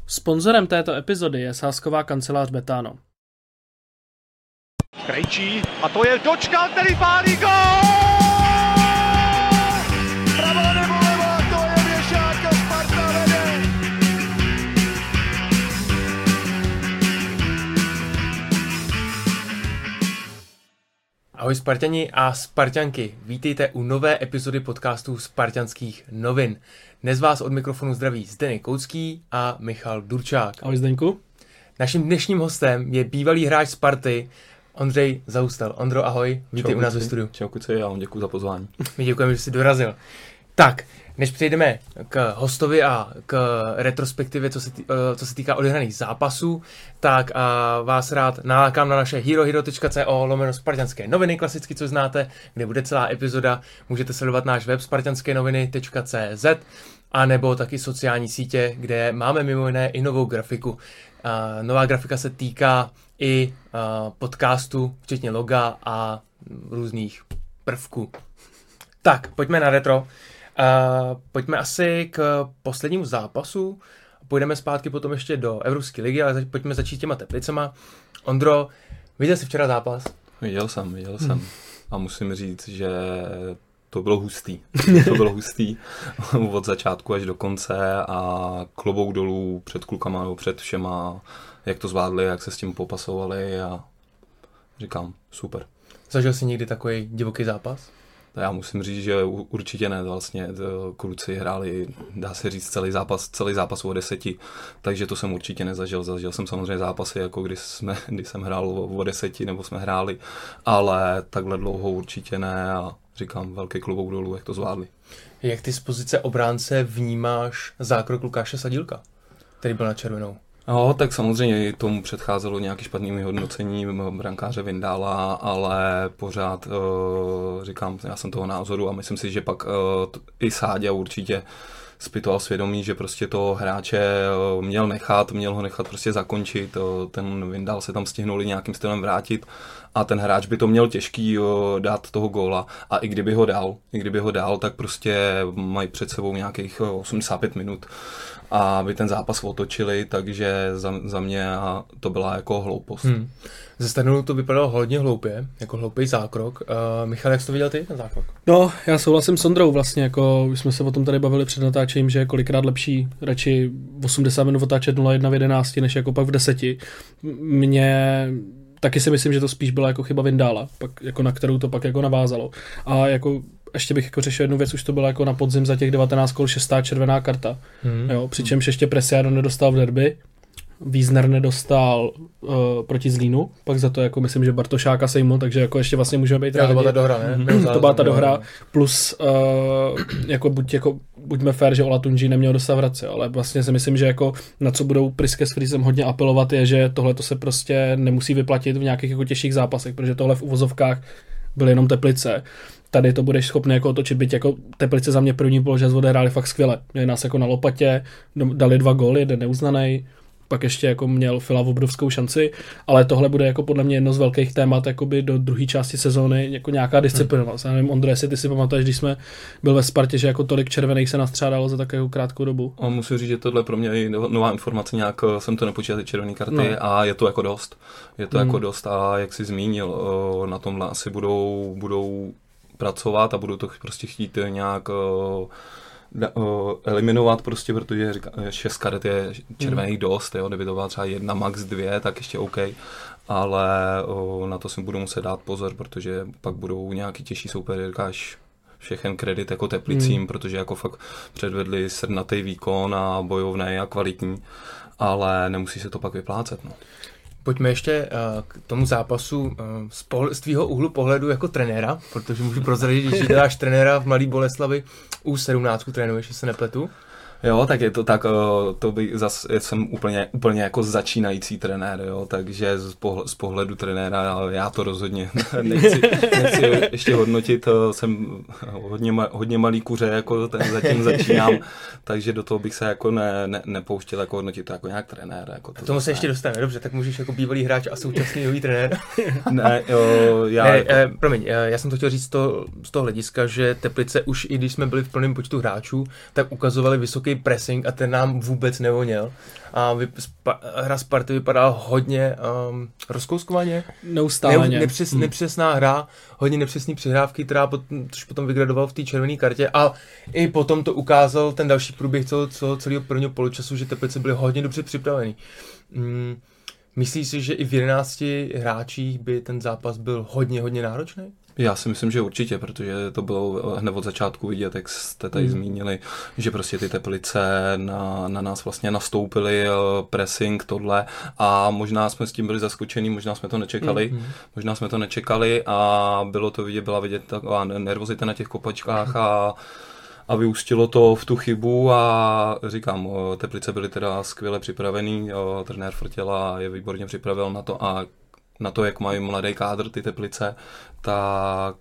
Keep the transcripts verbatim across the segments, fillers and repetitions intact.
Sponzorem této epizody je sázková kancelář Betano. Krejčí a to je Dočkal, který pálí gól! Pravo nebo levo, to je Věšák a Sparta vede! Ahoj Sparťani a Sparťanky, vítejte u nové epizody podcastu Sparťanských novin. Dnes vás od mikrofonu zdraví Zdeněk Koucký a Michal Durčák. Ahoj Zdeňku. Naším dnešním hostem je bývalý hráč Sparty Ondřej Zaustal. Ondro, ahoj, vítej Čau, u nás ve kuci. studiu. Čau kuci, já vám děkuji za pozvání. My děkujeme, že jsi dorazil. Tak, než přejdeme k hostovi a k retrospektivě, co se, tý, co se týká odehraných zápasů, tak a vás rád nalákám na naše herohero tečka co lomeno spartanské noviny, klasicky, co znáte, kde bude celá epizoda. Můžete sledovat náš web spartanské noviny tečka cé zet a nebo taky sociální sítě, kde máme mimo jiné i novou grafiku. A nová grafika se týká i podcastu, včetně loga a různých prvků. Tak, pojďme na retro. Uh, pojďme asi k poslednímu zápasu. Půjdeme zpátky potom ještě do Evropské ligy, ale zač- pojďme začít těma Teplicema. Ondro, viděl jsi včera zápas? Viděl jsem, viděl jsem. Hmm. A musím říct, že to bylo hustý. To bylo hustý od začátku až do konce a klobouk dolů před klukama nebo před všema, jak to zvládli, jak se s tím popasovali a říkám, super. Zažil jsi někdy takový divoký zápas? Já musím říct, že určitě ne, vlastně kluci hráli, dá se říct, celý zápas, celý zápas o deseti, takže to jsem určitě nezažil. Zažil jsem samozřejmě zápasy, jako když, jsme, když jsem hrál o deseti, nebo jsme hráli, ale takhle dlouho určitě ne a říkám, velký klobouk dolů, jak to zvládli. Jak ty z pozice obránce vnímáš zákrok Lukáše Sadílka, který byl na červenou? No, tak samozřejmě tomu předcházelo nějaký špatný vyhodnocení brankáře Vindála, ale pořád uh, říkám, já jsem toho názoru a myslím si, že pak uh, t- i Sáďa určitě zpytoval svědomí, že prostě toho hráče uh, měl nechat, měl ho nechat prostě zakončit, uh, ten Vindál se tam stihnuli nějakým stylem vrátit a ten hráč by to měl těžký uh, dát toho góla a i kdyby ho dal, i kdyby ho dal, tak prostě mají před sebou nějakých uh, osmdesát pět minut. A aby ten zápas otočili, takže za, za mě to byla jako hloupost. Hmm. Ze strany to vypadalo hodně hloupě, jako hloupý zákrok. Uh, Michal, jak jsi to viděl ty, ten zákrok? No, já souhlasím s Ondrou vlastně, jako už jsme se o tom tady bavili před natáčením, že je kolikrát lepší radši osmdesát minut otáčet nula jedna v jedenácti, než jako pak v deseti. Mně taky si myslím, že to spíš byla jako chyba Vindála, pak, jako na kterou to pak jako navázalo. A jako ještě bych jako řešil jednu věc, už to bylo jako na podzim za těch devatenáct kol šestá červená karta. Hmm. Jo, přičemž ještě Preciado nedostal v derby, Wiesner nedostal uh, proti Zlínu, pak za to jako myslím, že Bartošáka sejmu, takže jako ještě vlastně můžeme být rádi. To byla ta dohra, ne? Mm-hmm, to byla ta dohra, plus uh, jako buď jako buďme fair, že Olatunji neměl dostat Hradce, ale vlastně si myslím, že jako na co budou Priske s Friesem hodně apelovat je, že tohle to se prostě nemusí vyplatit v nějakých jako těžších zápasech, protože tohle v uvozovkách byly jenom Teplice. Tady to budeš schopný jako otočit, byť jako Teplice za mě první poločas odehráli fakt skvěle. Měli nás jako na lopatě, dali dva góly, jeden neuznaný, pak ještě jako měl Fila obrovskou šanci, ale tohle bude jako podle mě jedno z velkých témat jakoby do druhé části sezóny, jako nějaká disciplinovanost. Hmm. Já nevím, Ondro, jestli ty si pamatuješ, když jsme byl ve Spartě, že jako tolik červených se nastřádalo za takovou krátkou dobu. A musím říct, že tohle pro mě je nová informace, nějak jsem to nepočítal, ty červené karty no. A je to jako dost. Je to hmm. jako dost a jak jsi zmínil, na tomhle asi budou, budou pracovat a budou to prostě chtít nějak eliminovat prostě, protože šest karet je červených dost, jo, kdyby to byla třeba jedna, max dvě, tak ještě OK, ale o, na to si budu muset dát pozor, protože pak budou nějaký těžší soupeři, říkáš všechen kredit jako Teplicím, hmm. protože jako fakt předvedli srdnatý výkon a bojovný a kvalitní, ale nemusí se to pak vyplácet, no. Pojďme ještě uh, k tomu zápasu uh, z, pohl- z tvýho úhlu pohledu jako trenéra, protože můžu prozradit, že děláš trenéra v Mladý Boleslavi, U sedmnáct trénuješ, jestli se nepletu. Jo, tak je to tak, to bych zase, jsem úplně, úplně jako začínající trenér, jo, takže z, pohl- z pohledu trenéra já to rozhodně nechci, nechci ještě hodnotit, jsem hodně, ma- hodně malý kuře, jako ten zatím začínám, takže do toho bych se jako ne, ne, nepouštěl jako hodnotit to jako nějak trenér. Jako to k tomu se ještě dostaneme, dobře, tak můžeš jako bývalý hráč a současný nový trenér. Ne, jo, já... Ne, eh, promiň, já jsem to chtěl říct z toho, z toho hlediska, že Teplice už i když jsme byli v plném počtu hráčů, tak ukazovali vysoký vysoký pressing a ten nám vůbec nevoněl. A vy, spa, hra Sparty vypadala hodně um, rozkouskovaně. Neustále. Ne, nepřes, hmm. Nepřesná hra, hodně nepřesný přihrávky, která pot, což potom vygradoval v té červené kartě. A i potom to ukázal ten další průběh celého, celého, celého prvního poločasu, že Teplice byly hodně dobře připravený. Hmm. Myslíš si, že i v jedenácti hráčích by ten zápas byl hodně, hodně náročný? Já si myslím, že určitě, protože to bylo hned od začátku vidět, jak jste tady mm. zmínili, že prostě ty Teplice na, na nás vlastně nastoupily, pressing, tohle a možná jsme s tím byli zaskočení, možná jsme to nečekali, mm. možná jsme to nečekali a bylo to vidět, byla vidět taková nervozita na těch kopačkách a a vyústilo to v tu chybu a říkám, Teplice byly teda skvěle připravený, trenér Frtěla je výborně připravil na to a na to, jak mají mladý kádr ty Teplice, tak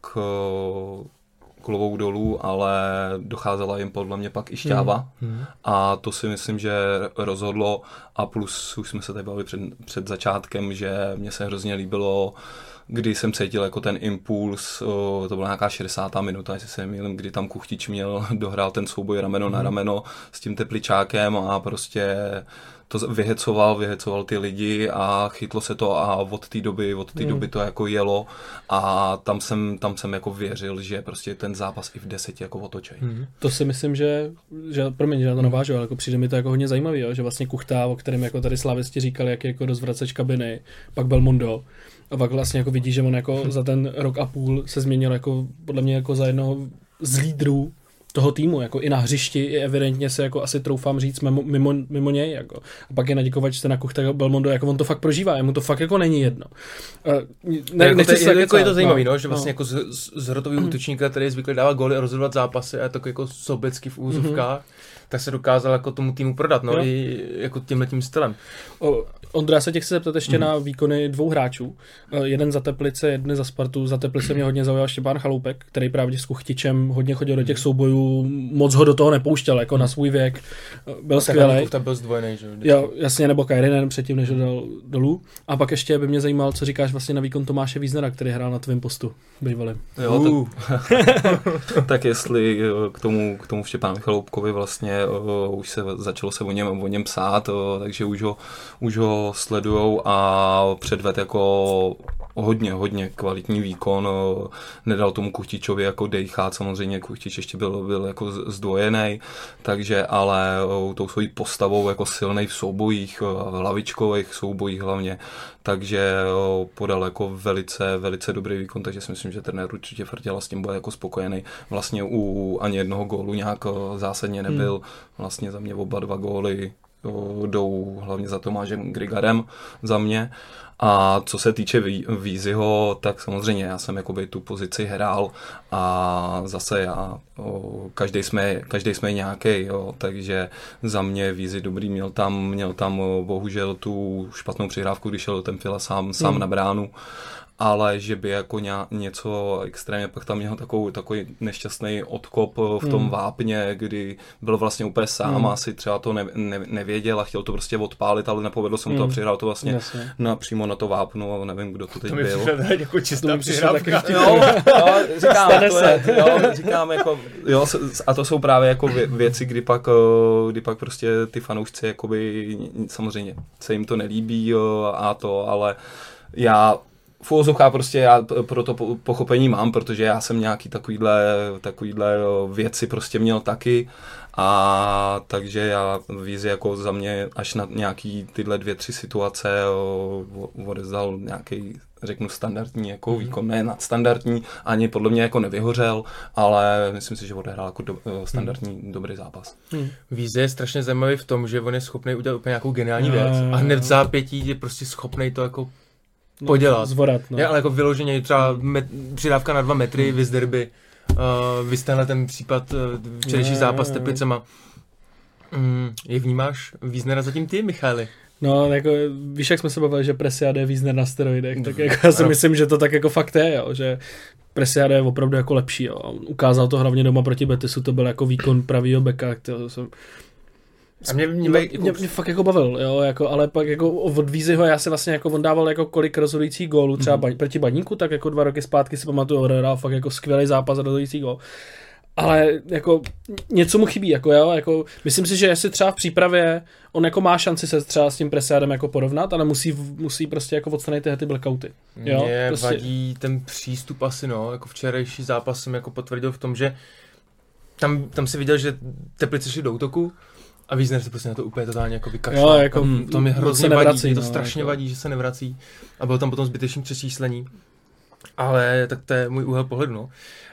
klobouk dolů, ale docházela jim podle mě pak i šťáva hmm. a to si myslím, že rozhodlo a plus už jsme se tady bavili před, před začátkem, že mně se hrozně líbilo, kdy jsem cítil jako ten impuls, to byla nějaká šedesátá minuta, jestli se nemýlím, kdy tam Kuchtič měl, dohrál ten souboj rameno na rameno s tím Tepličákem a prostě to vyhecoval, vyhecoval ty lidi a chytlo se to a od té doby, od té mm. doby to jako jelo a tam jsem, tam jsem jako věřil, že prostě ten zápas i v deseti jako otočej. Mm. To si myslím, že, že promiň, že na to navážu, ale jako přijde mi to jako hodně zajímavý, jo? Že vlastně Kuchtá, o kterém jako tady slávisti říkali, jak je jako rozvraceč kabiny, pak Belmondo a pak vlastně jako vidí, že on jako za ten rok a půl se změnil jako podle mě jako za jednoho z lídrů toho týmu, jako i na hřišti, i evidentně se jako asi troufám říct mimo, mimo, mimo něj, jako. A pak je naděkovač na Kuchta Belmondo, jako on to fakt prožívá, jemu to fakt jako není jedno. Ne, jako, te, je, jako je to zajímavý, no, no, že vlastně no. jako z, z hrotový mm. útočníka, který je zvyklý dávat góly a rozhodovat zápasy a je tak jako sobecky v úzovkách, mm-hmm. tak se dokázal jako tomu týmu prodat, no, jo. i jako tímhletím stylem. O, Ondra, se tě chci zeptat ještě mm. na výkony dvou hráčů. Jeden za Teplice, jeden za Spartu. Za Teplice mě hodně zaujal Štěpán Chaloupek, který právě s Kuchtičem hodně chodil do těch soubojů, moc ho do toho nepouštěl, jako mm. na svůj věk. Byl no, skvělej. Tak byl zdvojený, že? Jo, jasně, nebo Kairinen předtím, než ho dal dolů. A pak ještě by mě zajímalo, co říkáš vlastně na výkon Tomáše Víznera, který hrál na tvém postu bývalým. Jo, uh. tak, tak jestli k tomu, k tomu Štěpánu Chaloupkovi vlastně uh, už se začalo se o něm, o něm psát, uh, takže už ho, už ho sledujou a předved jako hodně, hodně kvalitní výkon. Nedal tomu Kuchtičovi jako dejchát, samozřejmě Kuchtič ještě byl, byl jako zdvojený, takže ale tou svojí postavou jako silnej v soubojích, v hlavičkových soubojích hlavně, takže podal jako velice, velice dobrý výkon, takže si myslím, že trenér určitě Frtěla s tím bude jako spokojený. Vlastně u ani jednoho gólu nějak zásadně nebyl, hmm. vlastně za mě oba dva góly jdou hlavně za Tomášem Grigarem za mě. A co se týče Vízyho, tak samozřejmě já jsem jakoby tu pozici hrál a zase já, o, každý jsme, každý jsme nějaký, jo, takže za mě Vízy dobrý, měl tam, měl tam bohužel tu špatnou přihrávku, když šel ten Fila sám, sám hmm. na bránu, ale že by jako ně, něco extrémně, pak tam měl takový, takový nešťastný odkop v tom hmm. vápně, kdy byl vlastně úplně sám, hmm. asi třeba to ne, ne, nevěděl a chtěl to prostě odpálit, ale nepovedlo se mu hmm. to a přihrál to vlastně na, přímo na to vápno, a nevím, kdo to teď to byl. To mi jako čistá přihrávka. Jo, jo, říkám, to je, jo, říkám jako, jo, a to jsou právě jako věci, kdy pak, kdy pak prostě ty fanoušci, jakoby, samozřejmě se jim to nelíbí a to, ale já v uvozovkách prostě já pro to pochopení mám, protože já jsem nějaký takovýhle, takovýhle věci prostě měl taky a takže já Vízi jako za mě až na nějaký tyhle dvě, tři situace odezdal nějaký, řeknu, standardní jako výkon, ne nadstandardní, ani podle mě jako nevyhořel, ale myslím si, že odehrál jako do, standardní hmm. dobrý zápas. Hmm. Víze je strašně zajímavý v tom, že on je schopný udělat úplně nějakou geniální věc a hned v zápětí je prostě schopný to jako podělat. Zvorat, no. Je, ale jako vyloženě třeba met, přidávka na dva metry, hmm. vys derby, uh, vys tenhle ten případ uh, včerejší zápas s Teplicema. Mm, jak vnímáš Víznera zatím ty, Michaeli? No, jako, víš, jak jsme se bavili, že Presiade je Vízner na steroidech, tak jako, já si ano. myslím, že to tak jako fakt je, jo, že Presiade je opravdu jako lepší, jo. Ukázal to hlavně doma proti Betisu, to byl jako výkon pravýho beka, to jsem... A mě, mě, mě, mě, mě fakt jako bavil, jo, jako, ale pak jako od Vízyho já si vlastně jako on dával jako kolik rozhodujících gólů, třeba mm-hmm. proti Baníku, tak jako dva roky zpátky si pamatuju, odehrál fakt jako skvělý zápas a rozhodující gól. ale jako něco mu chybí, jako jo, jako myslím si, že jestli třeba v přípravě on jako má šanci se třeba s tím Preciadem jako porovnat, ale musí, musí prostě jako odstranit tyhle ty blackouty. Jo? Mě prostě... vadí ten přístup asi, no, jako včerejší zápas jsem jako potvrdil v tom, že tam, tam si viděl, že Teplice šli do útoku a Wiesner se prostě na to úplně totálně jako vykašlal. Jo, jako to, to mi hrozně nevrací, vadí, mě to no, strašně jako... vadí, že se nevrací a bylo tam potom zbytečný přečíslení. Ale tak to je můj úhel pohledu, no.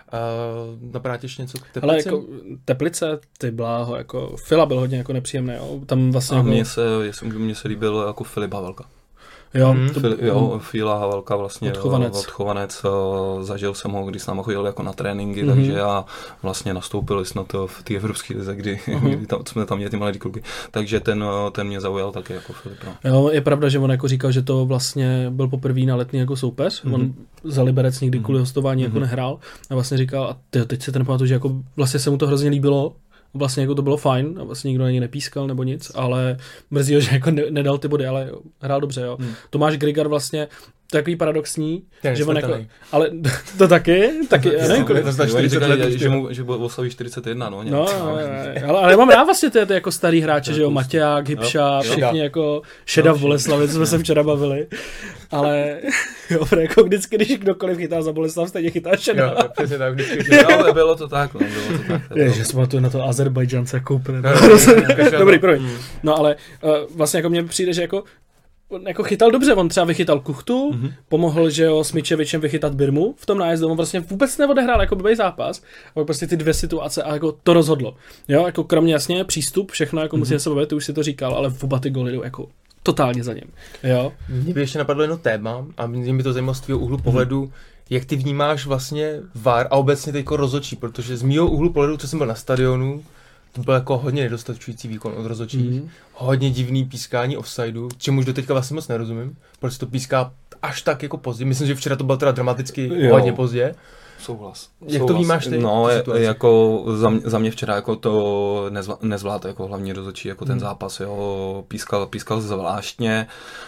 Uh, napadá tě ještě něco k Teplicím? Ale jako Teplice, ty bláho, jako Fila byl hodně jako nepříjemný, jo. Tam vlastně a jako... mně se, mně se líbil jako Filip Havelka. Jo, Hmm, to, Fili, jo, Fila Havelka vlastně odchovanec. odchovanec, zažil jsem ho, když s náma chodil jako na tréninky, mm-hmm. takže já vlastně nastoupil snad v té evropské lize, kdy, mm-hmm. kdy tam, jsme tam měli ty mladý kluky, takže ten, ten mě zaujal taky jako Filip. No. Jo, je pravda, že on jako říkal, že to vlastně byl poprvé na Letný jako soupeř, mm-hmm. on za Liberec nikdy kvůli hostování mm-hmm. jako nehrál a vlastně říkal, a tyjo, teď se ten pamatuju, že jako vlastně se mu to hrozně líbilo, vlastně jako to bylo fajn a vlastně nikdo ani nepískal nebo nic, ale mrzí ho, že jako ne, nedal ty body, ale jo, hrál dobře, jo. Hmm. Tomáš Grigar vlastně, to je takový paradoxní, ten že on jako, ale to taky, taky, já nevím, kolik. To znamená čtyřicet let, že, že, mu, že oslaví čtyřicet jedna, no. No, ale, ale mám rád vlastně ty, ty jako starý hráče, že jo, Maťák, Hybša, všichni jako Šeda v Boleslavi, co jsme se včera bavili, ale jo, jako vždycky, když kdokoliv chytá za Boleslav, stejně chytá Šeda. Jo, přesně tak, vždycky. No, bylo to tak, no, bylo to tak. Je, že jsme tu na to Azerbajdžance koupili. Dobrý, promiň. No ale vlastně jako mně přijde, že jako on jako chytal dobře, on třeba vychytal Kuchtu, mm-hmm. pomohl, že jo, s Mičevičem vychytat Birmu v tom nájezdu, on prostě vůbec neodehrál jako blbý zápas, ale prostě ty dvě situace a jako to rozhodlo. Jo, jako kromě jasně přístup, všechno jako mm-hmm. musíme se bavit, ty už si to říkal, ale v oba ty goly jdou jako totálně za ním. Jo. Mně by ještě napadlo jedno téma a mě by to zajímalo z tvýho úhlu pohledu, mm-hmm. jak ty vnímáš vlastně V A R a obecně teďko rozhodčí, protože z mýho úhlu pohledu, co jsem byl na stadionu, to byl jako hodně nedostačující výkon od rozhodčích. Mm. Hodně divný pískání offsideu, čemuž do teďka vlastně moc nerozumím, protože to píská až tak jako pozdě. Myslím, že včera to bylo teda dramaticky jo. hodně pozdě. Souhlas. Jak Souhlas. to vnímáš ty? No, je, jako za mě, za mě včera jako to nezvlá, nezvládl jako hlavní rozhodčí, jako ten hmm. zápas, jo, pískal, pískal zvláštně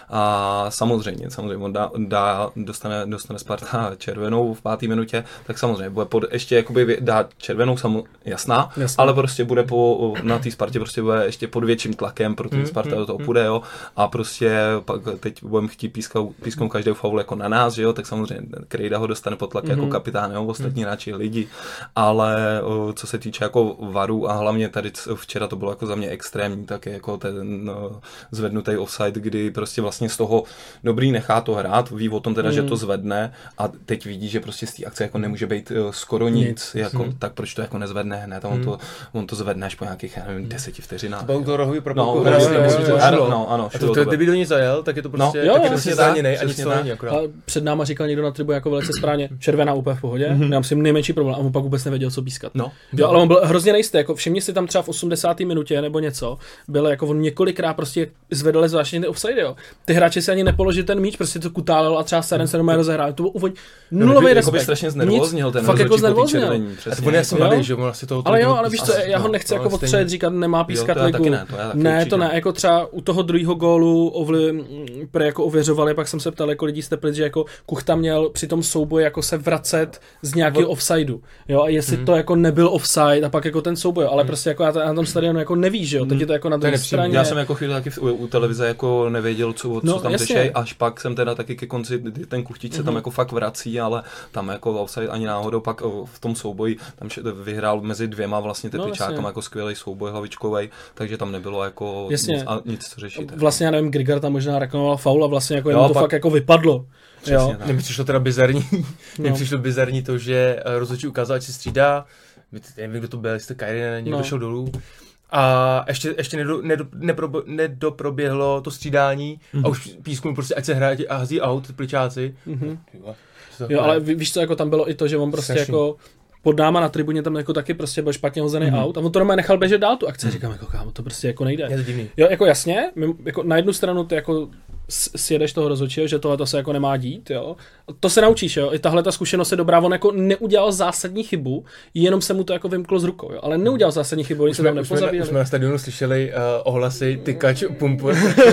a samozřejmě, samozřejmě on dá, dá, dostane, dostane Sparta červenou v páté minutě, tak samozřejmě bude pod, ještě jakoby dá červenou, samu, jasná, Jasně. ale prostě bude po, na té Spartě prostě bude ještě pod větším tlakem, protože hmm. Sparta hmm. do toho půjde, jo, a prostě pak teď budeme chtít pískat pískou každého faulu jako na nás, že jo, tak samozřejmě Krejda ho dostane pod tlak hmm. jako kapitán, jo, ostatní hmm. hráči lidi, ale o, co se týče jako varu a hlavně tady včera to bylo jako za mě extrémní, tak jako ten no, zvednutý offside, kdy prostě vlastně z toho dobrý nechá to hrát, ví o tom teda, hmm. že to zvedne a teď vidí, že prostě z té akce jako nemůže být uh, skoro nic, nic. Jako, hmm. tak proč to jako nezvedne hned, hmm. on, to, on to zvedne až po nějakých, já nevím, deseti vteřinách. To byl to rohový propůlku. No, ano, no, ano. A to, to, kdyby do ní zajel, tak je to prostě no, jo, taky prostě zraněnej a nic to není akorát. Před náma říkal někdo na tribu jako velice správně, červená úplně v pohodě, mm-hmm. já myslím nejmenší problém a on pak vůbec nevěděl, co pískat. No. Jo, ale on byl hrozně nejistý, jako všimni si tam třeba v osmdesáté minutě nebo něco, bylo jako on několikrát prostě zvedl zvláštně ty offside, jo. Ty hráči si ani nepoložili ten míč, prostě to kutálil a třeba Seren se doma rozehrál. To byl úplně nulový respekt. Jako by strašně znervóznil ten fakt jako znervóznil. On je mladý, že on asi to. Ale jo, ale víš co, já ho nechci jako odstřelit, říkat nemá pískat ligu. Ne, to ne, jako třeba u toho druhého gólu ovli pre jako ověřovali, pak jsem se ptal jako lidí z Teplic, že jako Kuchta měl při tom souboji jako se vracet z nějakého offsideu. Jo, a jestli mm. to jako nebyl offside a pak jako ten souboj, ale mm. prostě jako na tom stadionu jako nevíš, že jo, teď je to jako na druhé straně. Já jsem jako chvíli taky u, u televize jako nevěděl, co, co no, tam řeší, až pak jsem teda taky ke konci, ten Kuchtič se mm. tam jako fakt vrací, ale tam jako offside ani náhodou, pak v tom souboji tam vyhrál mezi dvěma vlastně Teplichákama no, jako skvělý souboj hlavičkovej, takže tam nebylo jako nic, a, nic co řešit. Vlastně já nevím, Grigar tam možná reklamoval faul a vlastně jako jenom to pak... fakt jako vypadlo. Jo. Mně přišlo teda bizarní, mně no. přišlo bizarní to, že rozhodčí ukázal, ať se střídá, nevím, kdo to byl, jestli to Kajrinen, někdo no. šel dolů. A ještě, ještě nedo, nedo, neprobo, nedoproběhlo to střídání mm-hmm. a už písknul prostě, ať se hraje a hazí aut, pličáci. Mm-hmm. Jo, ale víš co, jako tam bylo i to, že on prostě Strašný. jako pod náma na tribuně tam jako taky prostě byl špatně hozený mm-hmm. aut a on to normálně nechal běžet dál tu akci. Mm-hmm. Říkám, jako kámo, to prostě jako nejde. Je to divný. Jo, jako jasně, jako na jednu stranu to jako sjedeš toho rozhodčího, že tohle to se jako nemá dít, jo. To se naučíš, jo. I tahle ta zkušenost je dobrá, on jako neudělal zásadní chybu, jenom se mu to jako vymklo z rukou, jo. Ale neudělal zásadní chybu, oni se tam nepozabíjeli. Už jsme na stadionu slyšeli uh, ohlasy tykač pumpu.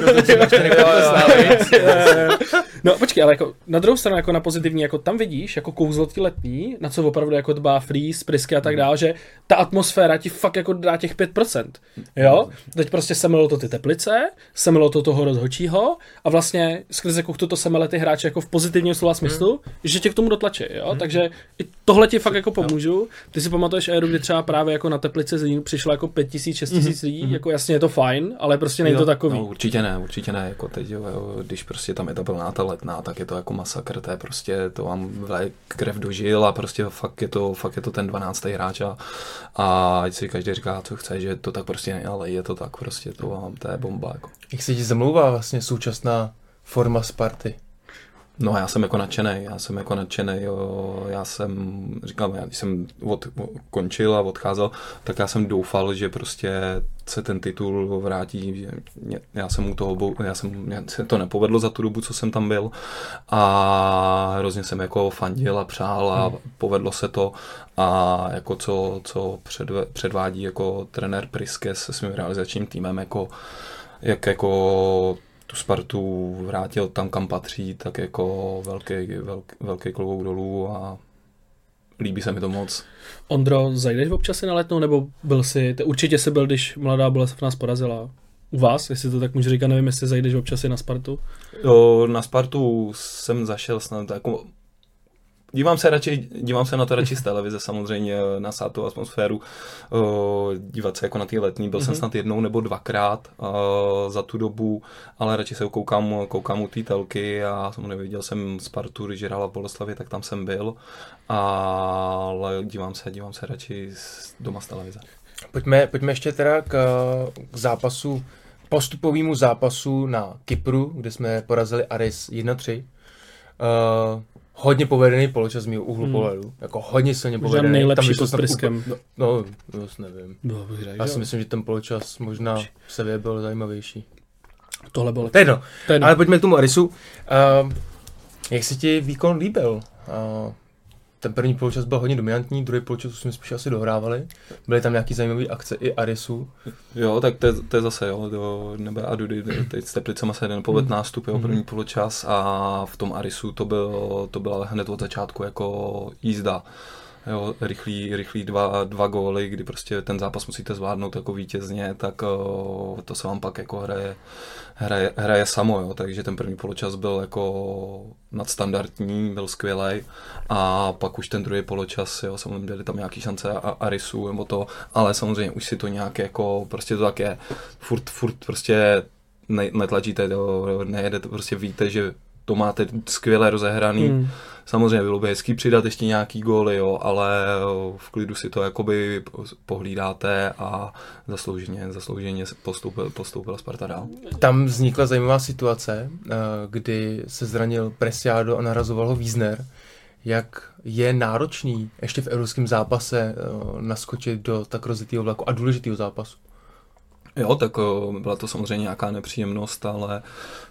No počkej, ale jako na druhou stranu jako na pozitivní, jako tam vidíš, jako kouzlo ty letní, na co opravdu jako dbá freeze, prysky a tak dále, že ta atmosféra ti fakt jako dá těch pět procent, jo. Teď prostě semelo to ty Teplice, semelo to toho rozhodčího a vlastně skrze kuchtu to semele ty hráče jako v pozitivním slova smyslu, hmm. že tě k tomu dotlačí, jo. Hmm. Takže i tohle ti fakt jako pomůžu. Ty si pamatuješ éru, kdy třeba právě jako na Teplice Zlín přišlo jako pět tisíc, šest tisíc lidí, hmm. jako jasně je to fajn, ale prostě není to takový. No, určitě ne, určitě ne, jako teď, jo, když prostě tam je ta plná ta letná, tak je to jako masakr, to je prostě, to vám vleje krev do žil a prostě fakt je to, fakt je to ten dvanáctý hráč a, a ať si každý říká, co chce, že to tak prostě ne, ale je to tak prostě, to vám, to je bomba, jako. Jak se ti zamlouvá vlastně současná forma Sparty? No já jsem jako nadšenej, já jsem jako nadšenej, jo, já jsem, říkám, já když jsem od, končil a odcházel, tak já jsem doufal, že prostě se ten titul vrátí, že mě, já jsem u toho, já jsem, mě se to nepovedlo za tu dobu, co jsem tam byl a hrozně jsem jako fandil a přál a hmm. povedlo se to a jako co, co předve, předvádí jako trenér Priske se svým realizačním týmem, jako jak jako tu Spartu vrátil tam, kam patří, tak jako velký, velký, velký klobouk dolů a líbí se mi to moc. Ondro, zajdeš občas na Letnou, nebo byl jsi, to určitě jsi byl, když Mladá Boleslav nás porazila. U vás, jestli to tak můžu říkat, nevím, jestli zajdeš občas na Spartu? Jo, na Spartu jsem zašel snad jako... Dívám se, radši, dívám se na to radši z televize samozřejmě, na sátou atmosféru, uh, dívat se jako na ty letní, byl mm-hmm. jsem snad jednou nebo dvakrát uh, za tu dobu, ale radši se koukám, koukám u té telky a samozřejmě viděl jsem Spartu, když hrála v Boleslavě, tak tam jsem byl, ale dívám se, dívám se radši doma z televize. Pojďme, pojďme ještě teda k, k zápasu, postupovému zápasu na Kypru, kde jsme porazili Aris jedna tři. Uh, Hodně povedený poločas z mého úhlu hmm. pohledu. Jako hodně silně povedený. Možná nejlepší pod Priskem. No, no, no nevím. No, já si myslím, že ten poločas možná v Sevě byl zajímavější. Tohle bylo. To je jedno. Ale pojďme k tomu Arisu. Uh, jak se ti výkon líbil? Uh, ten první poločas byl hodně dominantní, druhý poločas jsme spíš asi dohrávali. Byly tam nějaký zajímavé akce i Arisu. Jo, tak to je, to je zase, jo, do nebe a Dudy, teď s Teplicema se jeden poved nástup, jo, první poločas a v tom Arisu to, byl, to byla hned od začátku jako jízda. Jo, rychlý, rychlý dva, dva góly, kdy prostě ten zápas musíte zvládnout jako vítězně, tak o, to se vám pak jako hraje, hraje, hraje samo, jo, takže ten první poločas byl jako nadstandardní, byl skvělej a pak už ten druhý poločas, jo, samozřejmě dali tam nějaký šance a Arisu nebo to, ale samozřejmě už si to nějak jako, prostě to tak je, furt, furt prostě ne, netlačíte, jo, nejedete, prostě víte, že to máte skvěle rozehraný. Hmm. Samozřejmě bylo by hezký přidat ještě nějaký góly, jo, ale v klidu si to jakoby pohlídáte a zaslouženě, zaslouženě postoupil, postoupila Sparta dál. Tam vznikla zajímavá situace, kdy se zranil Preciado a nahrazoval ho Wiesner. Jak je náročný ještě v evropském zápase naskočit do tak rozjetého vlaku a důležitého zápasu? Jo, tak uh, byla to samozřejmě nějaká nepříjemnost, ale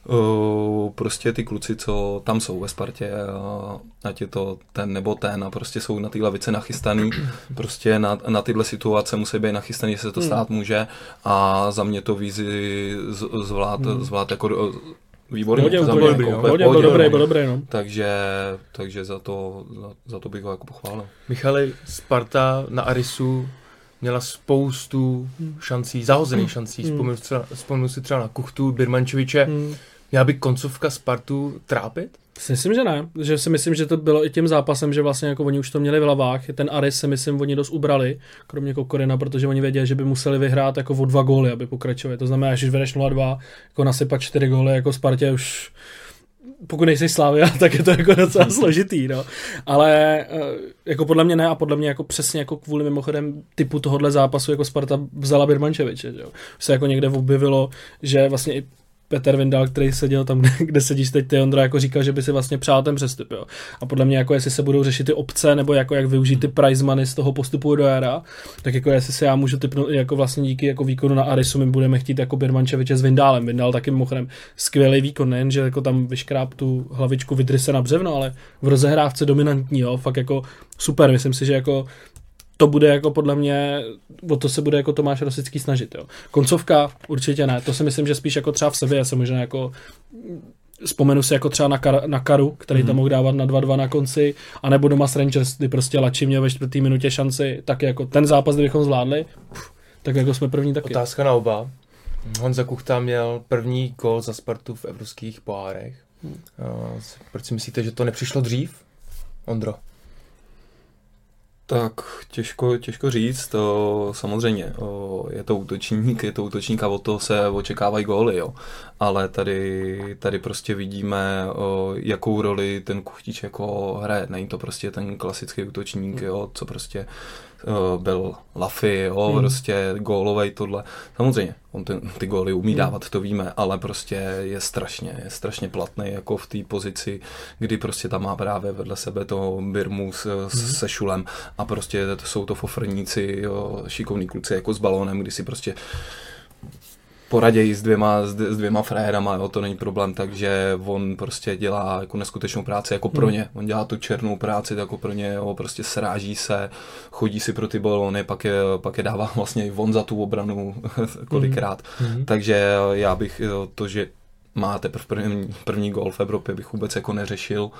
uh, prostě ty kluci, co tam jsou ve Spartě, uh, ať je to ten nebo ten, a prostě jsou na té lavice nachystaný, prostě na, na tyhle situace musí být nachystaný, že se to stát může a za mě to vízy z, zvlád, hmm. zvlád jako uh, výborně. Hodně, za hodně, mě, jako, jako, hodně, byl dobrý, byl dobrý, no. Takže, takže za, to, za, za to bych ho jako pochválil. Michali, Sparta na Arisu měla spoustu šancí, zahozených šancí. Vzpomenu, třeba, vzpomenu si třeba na Kuchtu, Birmančeviče. Hmm. Měla by koncovka Spartu trápit? Myslím, že ne. Že si myslím, že to bylo i tím zápasem, že vlastně jako oni už to měli v hlavách. Ten Aris se myslím, oni dost ubrali, kromě Kokorina, protože oni věděli, že by museli vyhrát jako o dva góly, aby pokračovali. To znamená, že když vedeš nula dva, jako nasypat čtyři góly, jako Spartě už... Pokud nejsi Slavia, tak je to jako docela složitý, no. Ale jako podle mě ne a podle mě jako přesně jako kvůli mimochodem typu tohohle zápasu jako Sparta vzala Birmančeviče, že jo. Se jako někde objevilo, že vlastně i Petr Vindal, který seděl tam, kde, kde sedíš teď ty, Ondra, jako říkal, že by si vlastně přál ten přestup, jo. A podle mě, jako jestli se budou řešit ty opce, nebo jako jak využít ty prize money z toho postupu do éra, tak jako jestli se já můžu typnout, jako vlastně díky jako výkonu na Arisu, my budeme chtít jako Birmančeviče s Vindálem. Vindal taky mimochodem skvělý výkon, nejen, že jako tam vyškráp tu hlavičku Vydrise na břevno, ale v rozehrávce dominantní, jo, fakt jako super, myslím si, že jako to bude jako podle mě, o to se bude jako Tomáš Rosický snažit, jo. Koncovka určitě ne, to si myslím, že spíš jako třeba v sobě, já se možná jako vzpomenu si jako třeba na, kar, na Karu, který mm-hmm. tam mohl dávat na dva dva na konci, anebo doma s Rangers, kdy prostě Lači měl ve čtvrtý minutě šanci, tak jako ten zápas, kdybychom zvládli, pff, tak jako jsme první taky. Otázka na oba. Honza Kuchta měl první gól za Spartu v evropských pohárech. Hmm. Uh, proč si myslíte, že to nepřišlo dřív? Ondro? Tak těžko, těžko říct, to samozřejmě o, je to útočník, je to útočník a od toho se očekávají góly, jo. Ale tady, tady prostě vidíme, o, jakou roli ten Kuchtič jako hraje. Není to prostě ten klasický útočník, jo, co prostě o, byl Lafy, jo, hmm. prostě gólovej tohle. Samozřejmě, on ten, ty góly umí dávat, to víme, ale prostě je strašně, je strašně platný jako v té pozici, kdy prostě tam má právě vedle sebe toho Birmu s, hmm. se Šulem a prostě to jsou to fofrníci, jo, šikovní kluci jako s balónem, kdy si prostě poradějí s dvěma, s dvěma frérama, jo, to není problém, takže on prostě dělá jako neskutečnou práci jako pro ně. On dělá tu černou práci jako pro ně, jo, prostě sráží se, chodí si pro ty balóny, pak je, pak je dává vlastně i on za tu obranu kolikrát. Mm-hmm. Takže já bych to, že má teprve první, první gól v Evropě, bych vůbec jako neřešil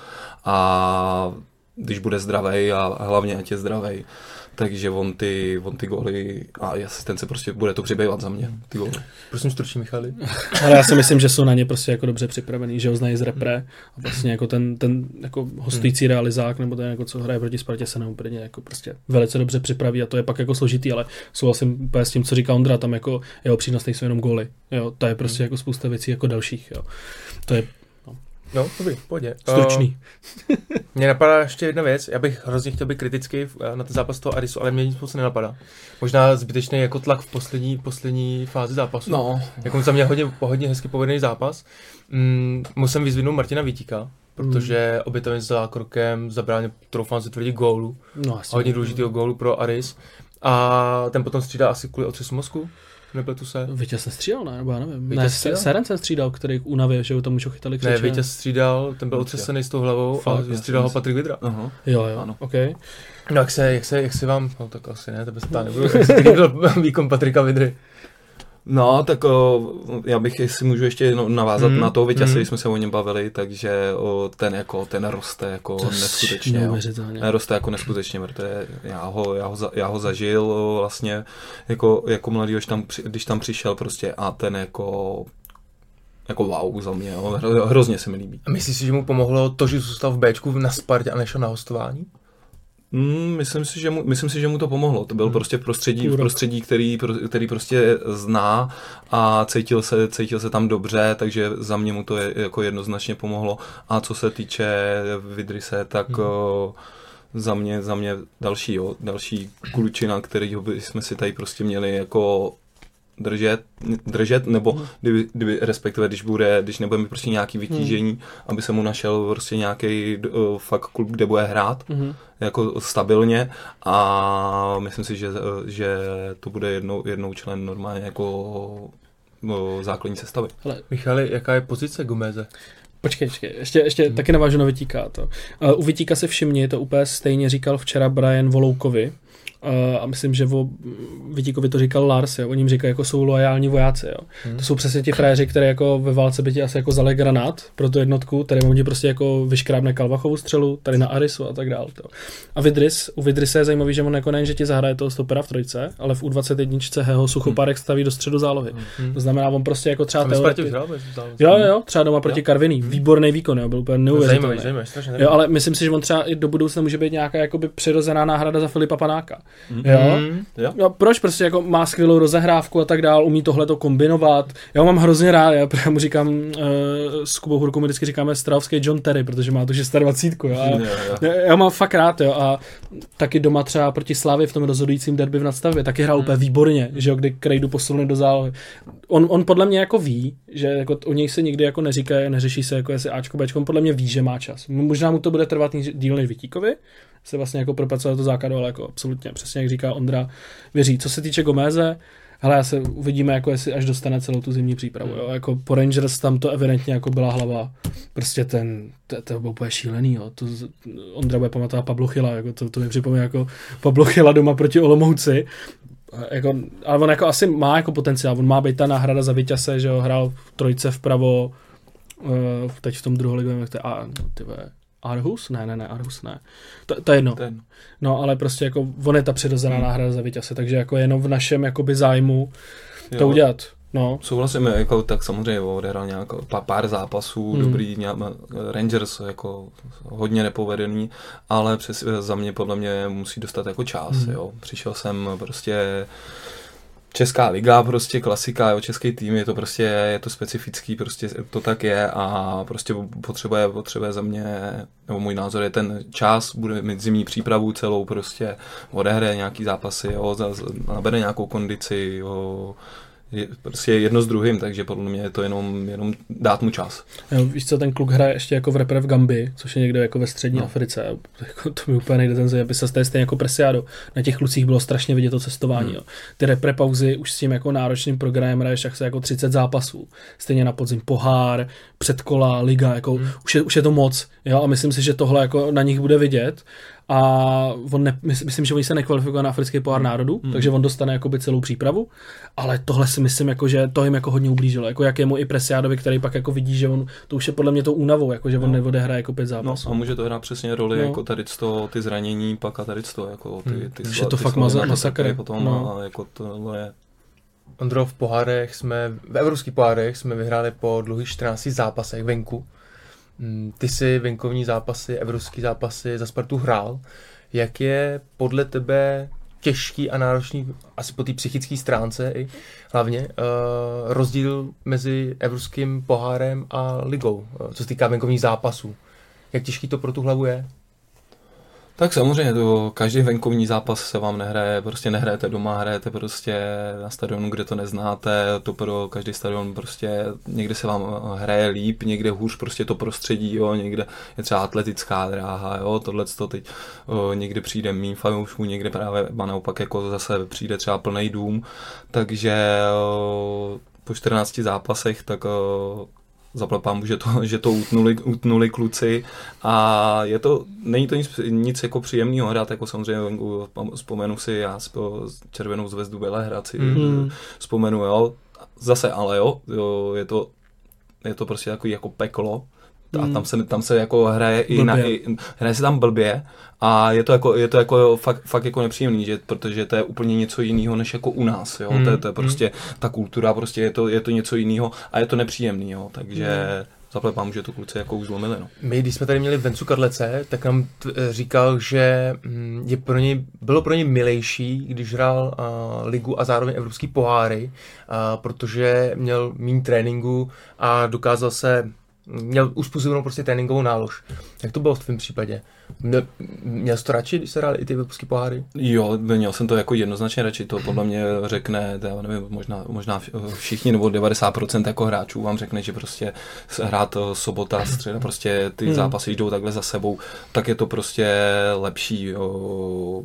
a když bude zdravej a hlavně ať je zdravej, takže on ty, on ty góly a asistence prostě bude to přibývat za mě, ty góly. Prosím stručně, Michali. Ale já si myslím, že jsou na ně prostě jako dobře připravený, že ho znají z repre a vlastně jako ten, ten jako hostující realizák nebo ten jako co hraje proti Spartě se nám úplně jako prostě velice dobře připraví a to je pak jako složitý, ale souhlasím úplně s tím, co říká Ondra, tam jako jeho přínos nejsou jenom góly, jo, to je prostě jako spousta věcí jako dalších, jo. To je No, dobrý, pojď. Stručný. Uh, mě napadá ještě jedna věc, já bych hrozně chtěl být kritický na ten zápas toho Arisu, ale mě nic moc nenapadá. Možná zbytečný jako tlak v poslední, poslední fázi zápasu. No. Jako za mě hodně, hodně hezky povedený zápas. Mm, musím vyzvinout Martina Vítíka, protože mm. obětavým zákrokem zabránil, troufám si tvrdit, gólu. No, asi hodně důležitýho gólu pro Aris. A ten potom střídá asi kvůli otřesu mozku. Nepletu se. Vítěz se střídal, ne? Nebo já nevím. Vítěz ne, Seren se střídal, který k únavě, že ho tam už chytali křiče. Ne, Vítěz střídal, ten byl otřesený s tou hlavou. Fakt, a střídal ho Patrik Vidra. Aha. Jo, jo, ano. Okay. No jak se, jak se, jak se vám, no tak asi ne, tebe se ptá nebudu, jak se ti líbil výkon Patrika Vidry? No, tak o, já bych, jestli můžu ještě navázat mm, na to, Vítěz, mm. jsme se o něm bavili, takže o, ten jako, ten roste jako to neskutečně, roste jako neskutečně, protože já ho, já ho, za, já ho zažil o, vlastně jako, jako mladý, když tam, když tam přišel prostě a ten jako jako wow za mě, jo, hrozně se mi líbí. A myslíš si, že mu pomohlo to, že zůstal v Bčku na Spartě a nešel na hostování? Mm, myslím si, že mu, myslím si, že mu to pomohlo. To byl hmm. prostě v prostředí, v prostředí který, který prostě zná a cítil se, cítil se tam dobře, takže za mě mu to je, jako jednoznačně pomohlo. A co se týče Vidrise, tak hmm. o, za mě, za mě další, jo, další klučina, kterýho bychom si tady prostě měli jako držet, držet nebo kdyby, kdyby, respektive když bude, když nebude mít prostě nějaký vytížení, hmm. aby se mu našel prostě nějaký uh, fakt klub, kde bude hrát hmm. jako stabilně a myslím si, že, že to bude jednou, jednou člen normálně jako uh, základní sestavy. Hele, Michali, jaká je pozice Gomeze? Počkej, počkej, ještě, ještě hmm. taky navážu na Vitíka. To. Uh, u Vitíka si všimni, to úplně stejně říkal včera Brian Voloukovi, Uh, a myslím, že o Vitíkovi to říkal Lars, jo. Oni jim říkají, jako jsou loajální vojáci, jo. Hmm. To jsou přesně ti fréři, které jako ve válce by ti asi jako zali granát pro tu jednotku, tady mám ti prostě jako vyškrábne Kalvachovu střelu, tady na Arisu a tak dále. To. A Vidris, u Vidrise je zajímavý, že on jako nejen, že ti zahraje toho stopera v trojce, ale v U dvacet jedna ho Suchopárek staví do středu zálohy. Hmm. To znamená, on prostě jako třeba teoreticky. Jo, jo, třeba doma proti Karviní. Výborný výkon, jo, byl úplně neuvěřitelný. Jo, ale myslím si, že on třeba i do budoucna může být nějaká jakoby přirozená náhrada za Filipa Panáka. Mm. Jo? Jo. No, proč? Prostě jako má skvělou rozehrávku a tak dál, umí tohleto kombinovat. Já ho mám hrozně rád, já, já mu říkám, uh, s Kubou Hurkou my vždycky říkáme Strahovský John Terry, protože má tu dvacet šest. Jo? A, jo, jo. Já ho mám fakt rád, jo, a taky doma třeba proti Slávii v tom rozhodujícím derby v Nadstavbě, taky hrál mm. úplně výborně, že jo, kdy Krejdu posunuli do zálohy. On, on podle mě jako ví, že jako o něj se nikdy jako neříká, neřeší se jako jestli Ačko, Bčko, on podle mě ví, že má čas. Možná mu to bude trvat díl než Vítíkovi, se vlastně jako propracovat to základu, ale jako absolutně, přesně jak říká Ondra, věří. Co se týče Goméze, hele, já se uvidíme, jako jestli až dostane celou tu zimní přípravu, jo, jako po Rangers tam to evidentně jako byla hlava, prostě ten, to, to bylo úplně šílený, jo, to, Ondra bude pamatovat Pablo Chyla, jako to, to mi připomíná jako Pablo Chyla doma proti Olomouci, jako, ale on jako asi má jako potenciál, on má být ta náhrada za Víťase, že jo, hrál v trojce vpravo, uh, teď v tom druholigovém, to je, a, no, ty ve, Aarhus? Ne, ne, ne, Aarhus ne. To, to je jedno. Ten. No, ale prostě jako on je ta přirozená hmm. náhrada za Víťase, takže jako jenom v našem jakoby zájmu jo. to udělat. No. Souhlasím, jako tak samozřejmě odehrál nějak pár zápasů, hmm. dobrý, nějak, Rangers jako hodně nepovedený, ale přes, za mě podle mě musí dostat jako čas, hmm. jo. Přišel jsem prostě Česká liga, prostě klasika, jo, český tým, je to prostě, je to specifický, prostě to tak je a prostě potřebuje, potřebuje za mě, nebo můj názor je ten čas, bude mít zimní přípravu celou, prostě odehraje nějaký zápasy, jo, nabere nějakou kondici, jo, je prostě jedno s druhým, takže podle mě je to jenom, jenom dát mu čas. Jo, víš co, ten kluk hraje ještě jako v repre v Gambii, což je někde jako ve střední no. Africe. Jako to mi úplně nejde ten zem, aby se stejně stejně jako Presiado. Na těch klucích bylo strašně vidět to cestování. Hmm. Jo. Ty repre pauzy už s tím jako náročným programem hraješ jak se jako třicet zápasů. Stejně na podzim pohár, předkola, liga, jako hmm. už, je, už je to moc. Jo? A myslím si, že tohle jako na nich bude vidět. A on ne, myslím, že oni se nekvalifikuje na africký pohár národů, mm. takže on dostane jakoby celou přípravu, ale tohle si myslím, jako, že to jim jako hodně ublížilo, jako jakému i Presiadovi, který pak jako vidí, že on, to už je podle mě to únavou, jako, že on no. neodehraje jako pět zápasů. No, a může to hrát přesně roli, no. jako tady to, ty zranění, pak a tady to, jako ty, ty, ty, to fakt masakr. Potom no. a jako to je... Ondro, v pohárech jsme, v evropských pohárech jsme vyhráli po dlouhých čtrnácti zápasech venku. Ty jsi venkovní zápasy, evropský zápasy za Spartu hrál. Jak je podle tebe těžký a náročný, asi po té psychické stránce i hlavně, uh, rozdíl mezi evropským pohárem a ligou, co se týká venkovních zápasů? Jak těžký to pro tu hlavu je? Tak samozřejmě, to, každý venkovní zápas se vám nehraje, prostě nehrajete doma, hrajete prostě na stadionu, kde to neznáte, to pro každý stadion prostě někde se vám hraje líp, někde hůř prostě to prostředí, jo, někde je třeba atletická dráha, jo, tohleto teď o, někde přijde míň fanoušků, někde právě naopak jako zase přijde třeba plný dům, takže o, po čtrnácti zápasech tak o, zaplepám, že to, že to utnuli, utnuli kluci a je to, není to nic, nic jako příjemného hrát, jako samozřejmě vzpomenu si, já Červenou zvezdu Bělehrad si mm. vzpomenu, jo, zase ale jo, jo, je to, je to prostě takový jako peklo. A tam se, tam se jako hraje i na, i, hraje se tam blbě a je to jako, je to jako fakt, fakt jako nepříjemný, že, protože to je úplně něco jiného než jako u nás, jo, mm. to, je, to je prostě mm. ta kultura, prostě je to, je to něco jiného a je to nepříjemný, jo, takže mm. zaplepám, že to kluci jako už zlomili, no. My, když jsme tady měli Vencu Kadlece, tak nám t- říkal, že je pro něj, bylo pro něj milejší, když hrál uh, ligu a zároveň evropský poháry, uh, protože měl méně tréninku a dokázal se měl uspůsobenou prostě tréninkovou nálož. Jak to bylo v tvém případě? Měl, měl jsi to radši, když se hráli i ty evropské poháry? Jo, měl jsem to jako jednoznačně radši, to podle mě řekne, já nevím, možná, možná všichni nebo devadesát procent jako hráčů vám řekne, že prostě hrát sobota, středa, prostě ty hmm. zápasy jdou takhle za sebou, tak je to prostě lepší. Jo.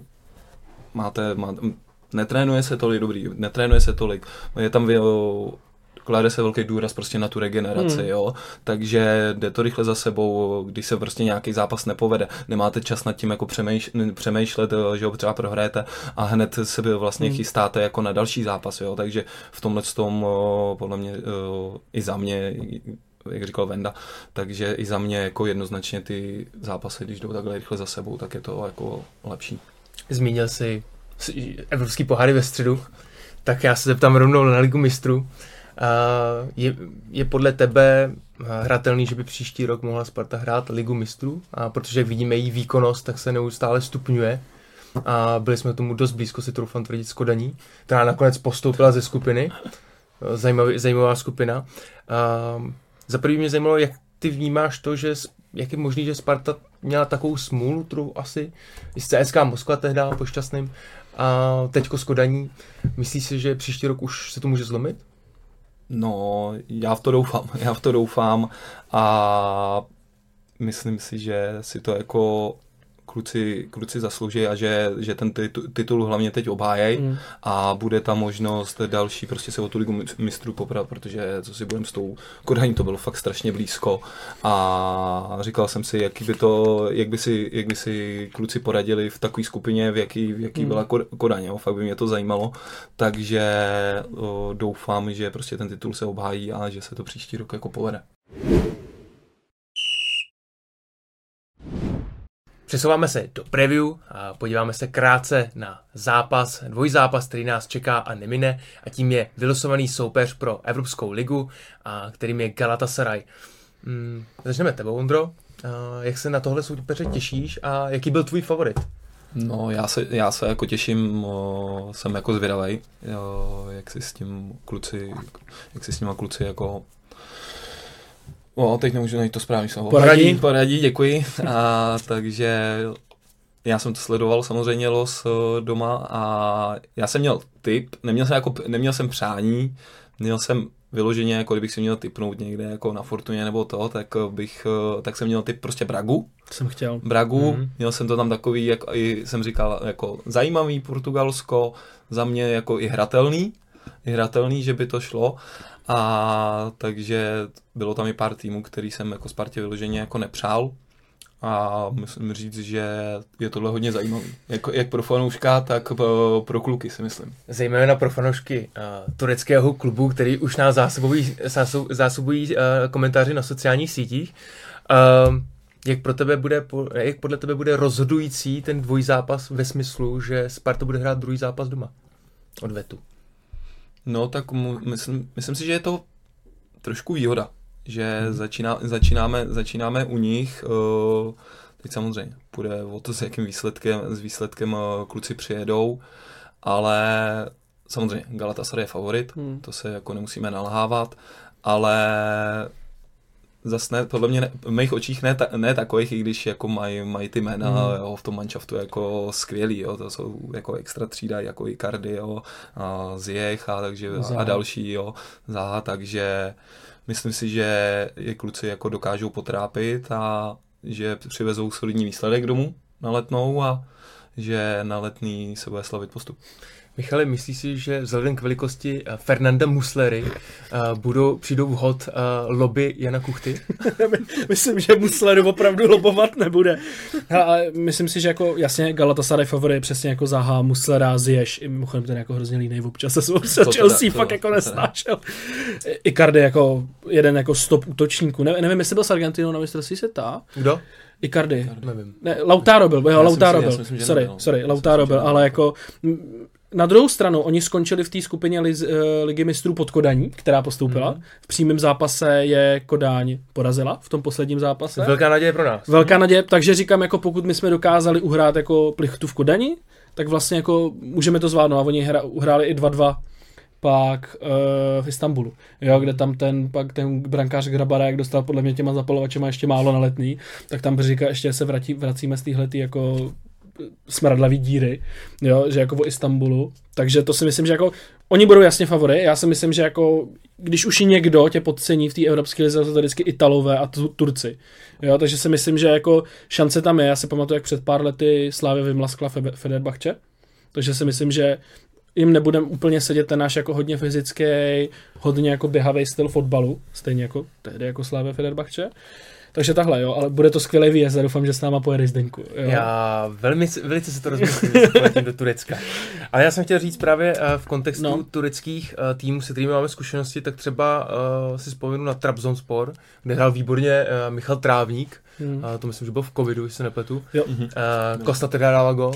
Máte, máte, netrénuje se tolik dobrý, netrénuje se tolik, je tam jo, klade se velký důraz prostě na tu regeneraci, hmm. jo, takže jde to rychle za sebou, když se prostě nějaký zápas nepovede, nemáte čas nad tím jako přemýšlet, přemýšlet že jo, třeba prohrajete a hned se vlastně hmm. chystáte jako na další zápas, jo, takže v tomhle tom podle mě i za mě, jak říkal Venda, takže i za mě jako jednoznačně ty zápasy, když jdou takhle rychle za sebou, tak je to jako lepší. Zmínil jsi evropský poháry ve středu, tak já se zeptám rovnou na Ligu mistrů. Uh, je, je podle tebe hratelný, že by příští rok mohla Sparta hrát Ligu mistrů? A protože vidíme její výkonnost, tak se neustále stupňuje. a byli jsme tomu dost blízko, si troufám tvrdit, s Kodaní, která nakonec postoupila ze skupiny. Zajímavý, zajímavá skupina. Uh, za první mě zajímalo, jak ty vnímáš to, že jak je možný, že Sparta měla takovou smůlu, kterou asi i z C S K A Moskva tehdy pošťastným a teďko s Kodaní. Myslíš si, že příští rok už se to může zlomit? No, já v to doufám, já v to doufám a myslím si, že si to jako kluci, kluci zaslouží a že, že ten titul hlavně teď obhájej mm. a bude tam možnost další prostě se o tu ligu mistrů poprat, protože co si budem s tou Kodaní, to bylo fakt strašně blízko a říkal jsem si, jaký by to, jak by si, jak by si kluci poradili v takové skupině, v jaký, v jaký mm. byla Kodaň, jo? Fakt by mě to zajímalo, takže o, doufám, že prostě ten titul se obhájí a že se to příští rok jako povede. Přesouváme se do preview a podíváme se krátce na zápas, dvojzápas, který nás čeká a nemine, a tím je vylosovaný soupeř pro Evropskou ligu, a kterým je Galatasaray. Hmm, začneme tebou, Ondro. Jak se na tohle soupeře těšíš a jaký byl tvůj favorit? No, já se, já se jako těším, o, jsem jako zvědavej, o, jak si s tím kluci, jak si s těma kluci jako O, teď nemůžu najít to správný slovo. Poradí. Poradí, děkuji. A, takže já jsem to sledoval samozřejmě los doma a já jsem měl tip, neměl jsem, jako, neměl jsem přání, měl jsem vyloženě, jako kdybych si měl tipnout někde jako na Fortuně nebo to, tak bych, tak jsem měl tip prostě Bragu. Jsem chtěl. Bragu, mm-hmm. Měl jsem to tam takový, jak i jsem říkal, jako zajímavý Portugalsko, za mě jako i hratelný, i hratelný, že by to šlo. A takže bylo tam i pár týmů, který jsem jako Spartě vyloženě jako nepřál a musím říct, že je tohle hodně zajímavý. Jako, jak pro fanouška, tak pro kluky si myslím. Zejména pro fanoušky uh, tureckého klubu, který už nás zásobují, zásobují uh, komentáři na sociálních sítích. Uh, jak, pro tebe bude, jak podle tebe bude rozhodující ten dvojzápas ve smyslu, že Sparta bude hrát druhý zápas doma od Vetu? No tak mu, myslím, myslím si, že je to trošku výhoda, že hmm. začíná, začínáme, začínáme u nich, uh, teď samozřejmě půjde o to, s jakým výsledkem, s výsledkem uh, kluci přijedou, ale samozřejmě Galatasaray je favorit, hmm. to se jako nemusíme nalhávat, ale zase ne, podle mě ne, v mých očích ne, ta, ne takových, i když jako mají maj ty jména mm. jo, v tom manšaftu jako skvělý, jo, to jsou jako extra třída, jako Icardi, jo, a Ziyech a, takže, a další, jo, Zaha, takže myslím si, že je kluci jako dokážou potrápit a že přivezou solidní výsledek domů na Letnou a že na Letný se bude slavit postup. Michale, myslíš si, že vzhledem k velikosti Fernanda Muslery uh, budou, přijdou vhod uh, lobby Jana Kuchty? Myslím, že Musleru opravdu lobovat nebude. Ale myslím si, že jako jasně Galatasaray favorit, přesně jako Zaha, Muslera, Ziyech, i mimochodem ten jako hrozně línej občas se svou Chelsea fakt jako nesnášel. Icardi jako jeden jako stop útočníků. Ne, nevím, jestli byl s Argentinou na mistrovství světa. Kdo? Icardi. Nevím. Ne, Lautaro byl, jo, Lautaro byl. Myslím, sorry, nebyl. sorry, Lautaro byl, ale jako na druhou stranu, oni skončili v té skupině Liz, uh, Ligy mistrů pod Kodaní, která postoupila. Mm. V přímém zápase je Kodáň porazila v tom posledním zápase. Velká naděje pro nás. Velká naděje, takže říkám, jako pokud my jsme dokázali uhrát jako plichtu v Kodani, tak vlastně jako můžeme to zvládnout. A oni hra, uhráli i dva dva pak uh, v Istanbulu, jo, kde tam ten, pak ten brankář Grabarek dostal podle mě těma zapalovačema ještě málo na Letný, tak tam říká, ještě se vrátí, vracíme z téhletý jako smradlavý díry, jo, že jako o Istanbulu, takže to si myslím, že jako oni budou jasně favory, já si myslím, že jako když už i někdo tě podcení v té evropské lize, to vždycky Italové a tu, Turci, jo, takže si myslím, že jako šance tam je, já si pamatuju, jak před pár lety Slavia vymlaskla Fenerbahce, takže si myslím, že jim nebudeme úplně sedět ten náš jako hodně fyzický, hodně jako běhavý styl fotbalu, stejně jako tehdy jako Slavia Fenerbahce. Takže takhle, jo, ale bude to skvělý výjezd a doufám, že s náma pojedeš, Zdeňku. Jo. Já velmi, velice se to rozmyslím, že do Turecka. Ale já jsem chtěl říct právě uh, v kontextu no. tureckých uh, týmů, se kterými máme zkušenosti, tak třeba uh, si vzpomenu na Trabzonspor, kde hrál výborně uh, Michal Trávník, hmm. uh, to myslím, že byl v covidu, jestli se nepletu. Jo. Uh, Kosta teda dával gol.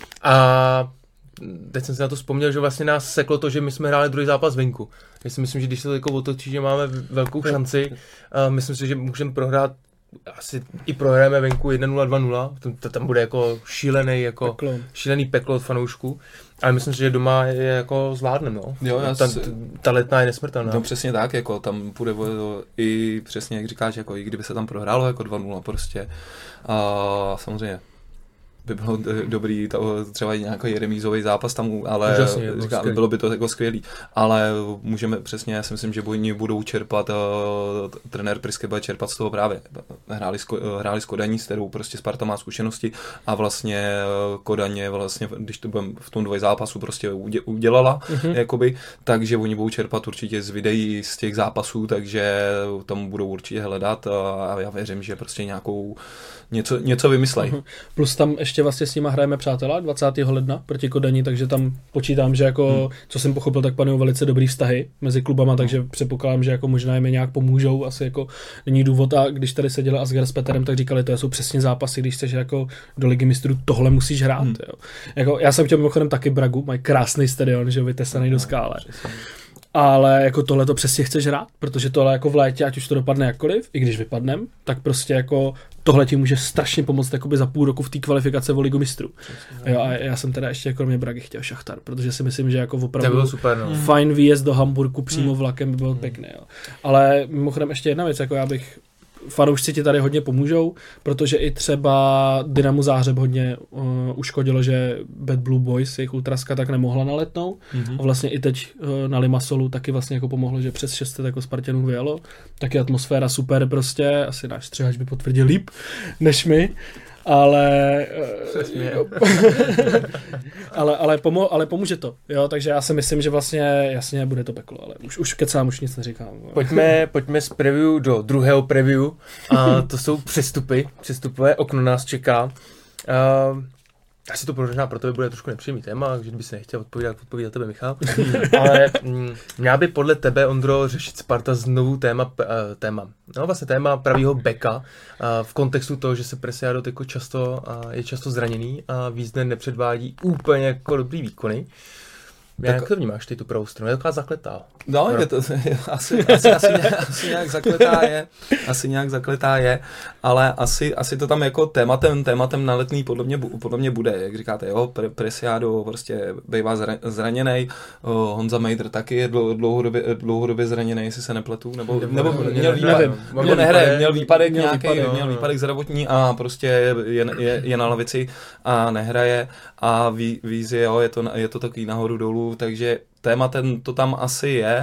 A teď jsem si na to vzpomněl, že vlastně nás seklo to, že my jsme hráli druhý zápas venku. Já si myslím, že když se to jako otočí, že máme velkou šanci, uh, myslím si, že můžeme prohrát asi i prohrajeme venku jedna nula, dva nula, to tam bude jako šílený, jako Peklo. šílený peklo od fanoušků. Ale myslím si, že doma je jako zvládnem, no. Jo, já ta, si... ta letná je nesmrtelná. No přesně tak, jako tam půjde o- i přesně, jak říkáš, jako i kdyby se tam prohrálo jako dva nula prostě. A samozřejmě by bylo d- dobrý to, třeba i nějaký remízový zápas tam, ale Úžasně, bylo říkám, skvělý. bylo by to jako skvělý. Ale můžeme přesně, já si myslím, že oni budou čerpat, uh, trenér Priske bude čerpat z toho právě. Hráli s, Ko- hráli s Kodaní, s kterou prostě Sparta má zkušenosti a vlastně uh, Kodaně vlastně, když to budeme v tom dvojzápasu prostě udě- udělala, Mhm. jakoby, takže oni budou čerpat určitě z videí z těch zápasů, takže tam budou určitě hledat a já věřím, že prostě nějakou něco, něco vymyslej. Mhm. Plus tam ještě vlastně s nima hrajeme přátelé dvacátého ledna proti Kodani, takže tam počítám, že jako, hmm. co jsem pochopil, tak panují velice dobrý vztahy mezi klubama, takže předpokládám, že jako možná jim je nějak pomůžou, asi jako není důvod. A když tady seděli Asgar s Peterem, tak říkali, to jsou přesně zápasy, když chceš jako do Ligy mistrů, tohle musíš hrát. Hmm. Jo. Jako, já jsem chtěl mimochodem taky Bragu, mají krásný stadion, že jo, vytesaný do skále. Ale jako tohle to přesně chceš hrát, protože tohle jako v létě, ať už to dopadne jakkoliv, i když vypadnem, tak prostě jako tohle ti může strašně pomoct jakoby za půl roku v té kvalifikace o Ligu mistrů. Jo, a já jsem teda ještě kromě Bragy chtěl Šachtar, protože si myslím, že jako To opravdu bylo super, no. fajn výjezd do Hamburku přímo Hmm. vlakem by byl pěkný. Jo. Ale mimochodem ještě jedna věc, jako já bych fanoušci ti tady hodně pomůžou, protože i třeba Dynamo Záhřeb hodně uh, uškodilo, že Bad Blue Boys, jejich ultraska, tak nemohla naletnout. Mm-hmm. A vlastně i teď uh, na Limassolu taky vlastně jako pomohlo, že přes šest set jako Spartanů vyjelo. Taky atmosféra super prostě, asi náš střihač by potvrdil líp než my. Ale, ale, ale, pomo, ale pomůže to, jo, takže já si myslím, že vlastně jasně bude to peklo, ale už, už kecám, už nic neříkám. Jo. Pojďme, pojďme z preview do druhého preview a to jsou přestupy, přestupové okno nás čeká. Uh, asi to možná pro tebe bude trošku nepříjemný téma, že kdyby si nechtěl odpovídat, odpovídat tebe Michal. Ale mm, měla by podle tebe, Ondro, řešit Sparta znovu téma, uh, téma. No vlastně téma pravýho beka uh, v kontextu toho, že se Preciado jako často, uh, je často zraněný a víc dne nepředvádí úplně jako dobrý výkony. Jak Tak- to vnímáš ty tu pravou stranu? Je taková zakletá. No, je to, asi, asi, asi, nějak, asi nějak zakletá je, asi nějak zakletá je, ale asi, asi to tam jako tématem, tématem na Letný podle mě, bu- podle mě bude, jak říkáte, jo, Pre- Preciado prostě bývá zra, zraněnej, o, Honza Mejdr taky je dlou- dlouhodobě, dlouhodobě zraněnej, jestli se nepletu, nebo, Nebo- nebo nebo- měl nevím. výpadek, Nevím. měl, Měl nehraje, výpadek, měl výpadek měl nějaký, výpadek, měl jo, výpadek jo. zdravotní a prostě je, je, je na lavici a nehraje a ví, víc je, jo, je to, je to takový nahoru dolů, takže tématem to tam asi je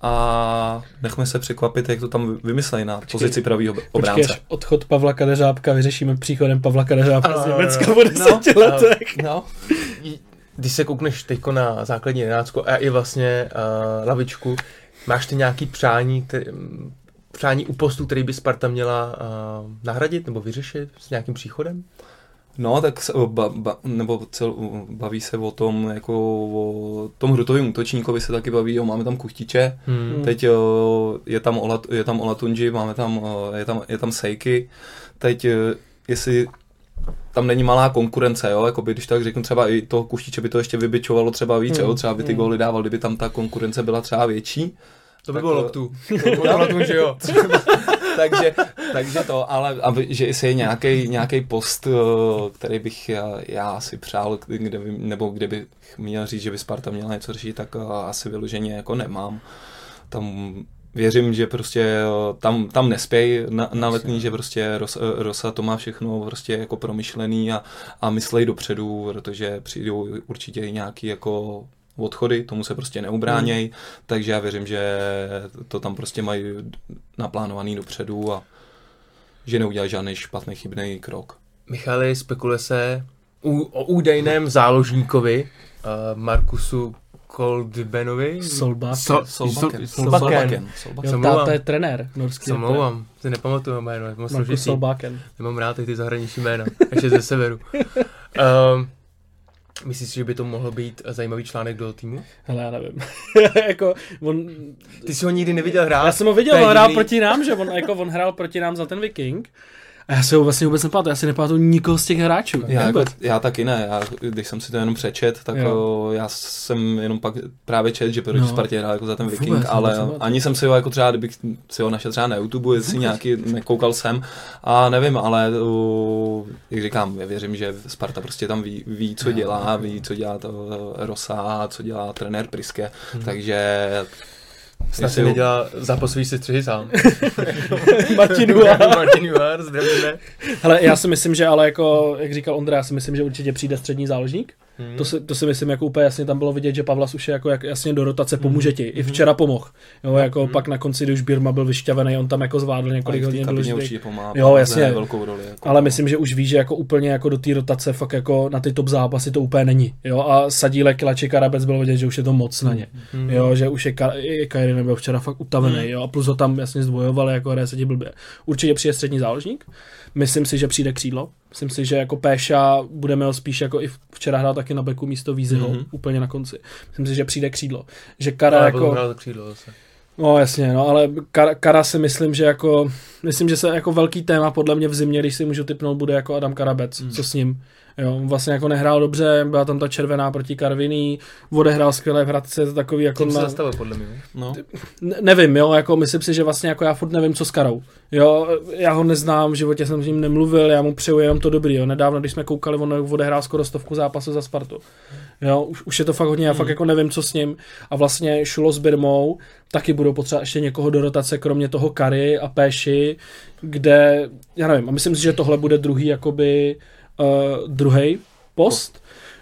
a nechme se překvapit, jak to tam vymyslejí na pozici pravýho Počkej, obránce. až odchod Pavla Kadeřábka vyřešíme příchodem Pavla Kadeřábka Ano, z ano, Německa ano. po deseti No, letech. No, Když se koukneš teďko na základní jedenáctku a i vlastně uh, lavičku, máš ty nějaký přání, který, přání u postu, který by Sparta měla uh, nahradit nebo vyřešit s nějakým příchodem? no tak se, ba, ba, nebo cel, baví se o tom, jako o tom hrutovým útočníkovi se taky baví, jo, máme tam Kuchtiče, Hmm. teď jo, je tam Olat, je tam Olatunji, máme tam, je tam, je tam Sejky, teď jestli tam není malá konkurence, jo, jakoby, když tak řeknu, třeba i toho Kuchtiče by to ještě vybičovalo třeba víc, Hmm. jo, třeba by ty Hmm. góly dával, kdyby tam ta konkurence byla třeba větší. To by Tak, bylo eh, loptu. To by že jo. takže, takže to, ale aby, že jestli je nějaký, nějaký post, eh, který bych já, já si přál, kde by, nebo kde bych měl říct, že by Sparta měla něco řešit, tak eh, asi vyloženě jako nemám. Tam věřím, že prostě eh, tam, tam nespěj na, na Letný, že prostě Rosa, Rosa to má všechno prostě jako promyšlený a, a myslej dopředu, protože přijdou určitě i nějaký jako odchody, tomu se prostě neubráněj, hmm. takže já věřím, že to tam prostě mají naplánovaný dopředu a že neudělají žádný špatný, chybný krok. Michali, spekuluje se u, o údajném záložníkovi uh, Markusu Koldbenovi. Solbák. So, Solbakken. Solbakken. Solbakken. Jo, jsem táta mluvám. je trenér norský. Se mluvám, si nepamatuju jméno, je moc Markus složitý. Solbakken. Nemám rád ty zahraniční jména, ještě ze severu. Um, myslíš si, že by to mohlo být zajímavý článek do týmu? Hele, já nevím. jako, on, Ty jsi ho nikdy neviděl hrát? já jsem ho To viděl, je on hrál divný. proti nám, že on, jako, on hrál proti nám za ten Viking. A já se ho vlastně vůbec nepamatuju, já si nepamatuju nikoho z těch hráčů. Já, jako, já taky ne, já, když jsem si to jenom přečet, tak o, já jsem jenom pak právě čet, že proti no. Spartě hrál jako za ten Viking, vůbec, ale vůbec ani jsem si ho jako třeba, kdybych si ho našel třeba na YouTube, jestli nějaký nekoukal jsem a nevím, ale o, jak říkám, já věřím, že Sparta prostě tam ví, ví co dělá, ví, co dělá to Rosa, co dělá trenér Priske, hmm. takže... Snad si nedělá zápasový sestřihy sám. Martin Huár. Martin Huár, zdravíme. Hele, já si myslím, že ale jako, jak říkal Ondra, já si myslím, že určitě přijde střední záložník. Hmm. To, si, to si myslím, jako úplně jasně tam bylo vidět, že Pavlas už je jako jak, jasně do rotace pomůže ti. I včera pomohl. Jo, jako hmm. pak na konci, když Birma byl vyšťavený, on tam jako zvládl několik hodin důležitých. Jo, jasně. Velkou roli, jako. Ale myslím, že už ví, že jako úplně jako do té rotace fakt jako na ty top zápasy to úplně není. Jo, a Sadílek, Kilači, Karabec bylo vidět, že už je to moc na ně. Hmm. Jo, že už je Kajry nebyl včera fakt utavený, hmm. jo, a plus ho tam jasně zdvojovali, jako hraje se ti blbě. Určitě přijde střední záložník. Myslím si, že přijde křídlo. Myslím si, že jako Péša budeme ho spíš jako i včera hrál taky na beku místo Vízyho, mm-hmm. úplně na konci. Myslím si, že přijde křídlo. Že Kara ale jako... hrál to křídlo zase. No jasně, no, ale Kara, Kara si myslím, že jako... Myslím, že se jako velký téma podle mě v zimě, když si můžu tipnout, bude jako Adam Karabec. Mm. Co s ním? Jo, vlastně jako nehrál dobře, byla tam ta červená proti Karviní, odehrál skvěle v Hradce, takový jako... Tím se zastavil podle mě. No. Ne, nevím, jo, jako myslím si, že vlastně jako já furt nevím, co s Karou. Jo, já ho neznám, v životě jsem s ním nemluvil, já mu přeju jenom to dobrý, jo. Nedávno, když jsme koukali, on odehrál skoro stovku zápasu za Spartu. Jo, už, už je to fakt hodně, já mm. fakt jako nevím, co s ním. A vlastně Šulo s Birmou taky budou potřebovat ještě někoho do rotace, kromě toho Kary a Péši, kde, já nevím, a myslím si, že tohle bude druhý, jakoby, uh, druhý post.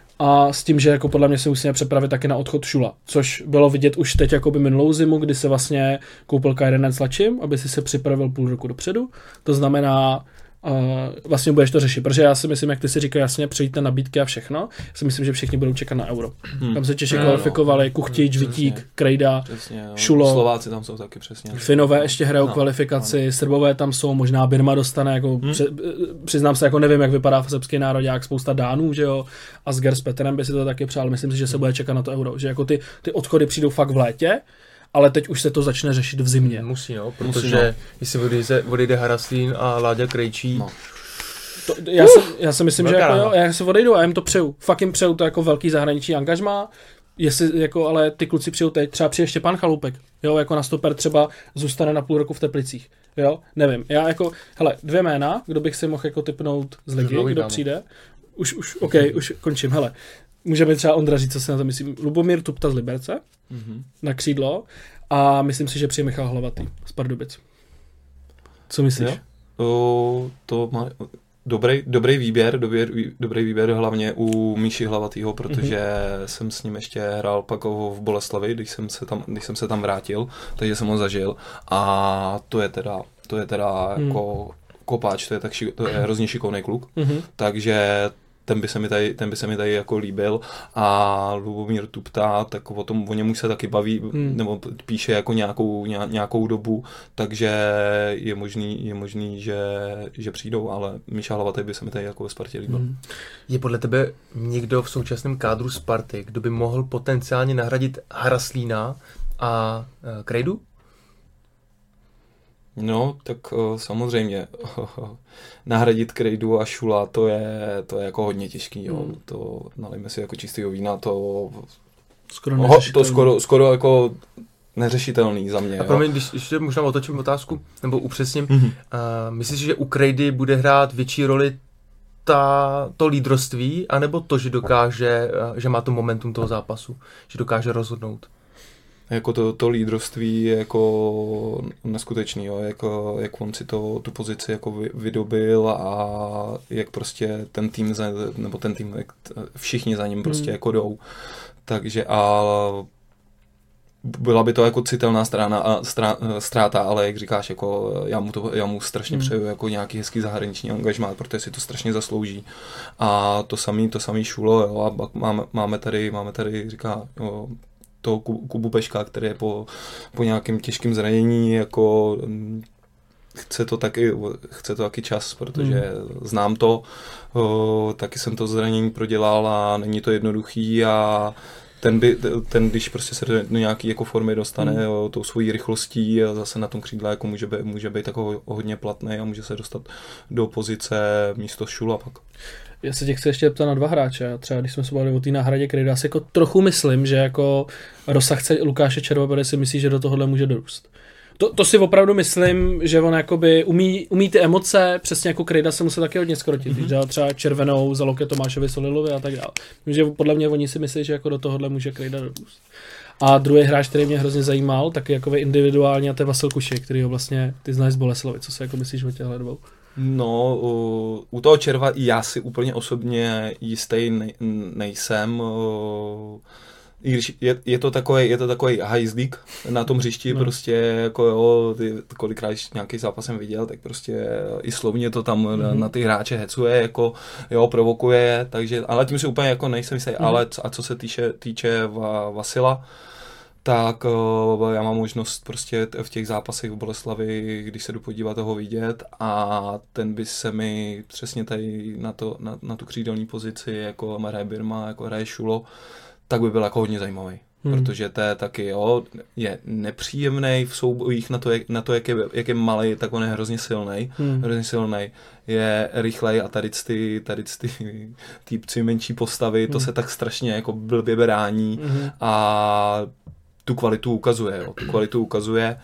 A s tím, že jako podle mě se musíme přepravit taky na odchod Šula, což bylo vidět už teď jakoby minulou zimu, kdy se vlastně koupil Kajrenen s Lačím, aby si se připravil půl roku dopředu. To znamená, uh, vlastně budeš to řešit, protože já si myslím, jak ty si říkal, jasně přejít na nabídky a všechno. Já si myslím, že všichni budou čekat na Euro. Hmm. Tam se Češi no, kvalifikovali, no, Kuchtič, Vítík, Krejda, přesně, Šulo. Slováci tam jsou taky přesně. Finové ještě hrajou no, kvalifikaci, no. Srbové tam jsou, možná Birma dostane, jako hmm. při, přiznám se, jako nevím, jak vypadá v srbský národák, spousta Dánů, že jo, a s Ger s Petrem by si to taky přál. Myslím si, že se bude čekat na to Euro, že jako ty, ty odchody přijdou fakt v létě, ale teď už se to začne řešit v zimě. Musí, no, protože Musí, no. jestli odejde, odejde Haraslín a Láďa Krejčí, no. To, já, uh, si, já si myslím, že jako jo, já se odejdu a jim to přeju. Fakt jim přeju to jako velký zahraniční angažmá, jestli jako, ale ty kluci přijou teď, třeba přijde Štěpán Chalupek, jo, jako na stoper třeba zůstane na půl roku v Teplicích, jo, nevím, já jako, hele, dvě jména, kdo bych si mohl jako tipnout z ligy, kdo dáme. Přijde, už, už, ok, už končím, hele, můžeme třeba Ondra říct, co si na to myslím, Lubomír Tupta z Liberce, mm-hmm. na křídlo a myslím si, že přijde Michal Hlavatý z Pardubic. Co myslíš? Jo? O, to má... Dobrý, dobrý výběr, dobrý, dobrý výběr hlavně u Míši Hlavatýho, protože mm-hmm. jsem s ním ještě hrál pak v Boleslavi, když jsem se tam, když jsem se tam vrátil, takže jsem ho zažil a to je teda, to je teda mm. jako kopáč, to je, tak, to je hrozně šikovný kluk, mm-hmm. takže ten by se mi tady, ten by se mi tady jako líbil a Lubomír Tupta, tak o tom, o něm už se taky baví, hmm. nebo píše jako nějakou, nějakou dobu, takže je možný, je možný, že, že přijdou, ale Míša Hlavatý by se mi tady jako ve Spartě líbil. Hmm. Je podle tebe někdo v současném kádru Sparty, kdo by mohl potenciálně nahradit Haraslína a uh, Krejdu? No, tak uh, samozřejmě nahradit Krejdu a Šula, to je, to je jako hodně těžký, jo. Mm. To nalejme si jako čistýho vína, to skoro ho, to skoro, skoro jako neřešitelný za mě. A pro mě, když, když možná otočím otázku, nebo upřesním, mm-hmm. uh, myslíš, že u Krejdy bude hrát větší roli ta, to lídroství, anebo to, že dokáže, uh, že má to momentum toho zápasu, že dokáže rozhodnout? Jako to, to lídrovství je jako neskutečný, jo? Jak, jak on si to, tu pozici jako vy, vydobil a jak prostě ten tým, za, nebo ten tým, jak všichni za ním prostě mm. jako jdou. Takže a byla by to jako citelná strana a strá, ztráta, ale jak říkáš, jako já mu, to, já mu strašně mm. přeju jako nějaký hezký zahraniční angažmát, protože si to strašně zaslouží. A to samý, to samý Šulo, jo? A pak máme, máme tady, máme tady, říká, jo, toho Kubu Peška, který je po, po nějakém těžkém zranění, jako chce to taky, chce to taky čas, protože mm. znám to, o, taky jsem to zranění prodělal a není to jednoduchý a ten, by, ten když prostě se do nějaký jako formy dostane hmm. jo, tou svojí rychlostí a zase na tom křídle jako může být, může být jako hodně platný a může se dostat do pozice místo Šula pak. Já se tě chci ještě ptat na dva hráče. Třeba když jsme se bavili o té náhradě Krejda, já si jako trochu myslím, že jako rozsahce Lukáše Červabere si myslí, že do tohohle může dorůst. To, to si opravdu myslím, že on jakoby umí, umí ty emoce, přesně jako Krejda se musel taky hodně skrotit. Mm-hmm. Dal třeba červenou za loket Tomášovi Solilovi a tak dále. Takže podle mě oni si myslí, že jako do tohohle může Krejda dorůst. A druhý hráč, který mě hrozně zajímal, taky jakoby individuálně, a to je Vasil Kušek, který ho vlastně ty znáš z Boleslavy. Co si jako myslíš o těchhle dvou? No, u, u toho Červa já si úplně osobně jistý nej, nejsem. Uh, I když je, je to takový, je to takový hajzlík na tom hřišti, no. Prostě jako jo, ty, kolikrát nějaký zápas jsem viděl, tak prostě i slovně to tam mm-hmm. na, na ty hráče hecuje, jako jo, provokuje, takže, ale tím si úplně jako nejsem jistý, mm-hmm. ale a co se týče, týče Va, Vasila, tak uh, já mám možnost prostě v těch zápasech v Boleslavi, když se jdu podívat, toho vidět a ten by se mi přesně tady na, to, na, na tu křídelní pozici, jako hraje Birma, jako hraje Šulo, tak by byl jako hodně zajímavý. Hmm. Protože to je taky, jo, je nepříjemný v soubojích na to, jak, na to jak, je, jak je malej, tak on je hrozně silnej, hmm. hrozně silnej, je rychlej a tady ty, tady ty týpci menší postavy, hmm. to se tak strašně jako blbě brání hmm. a tu kvalitu ukazuje, jo, tu kvalitu ukazuje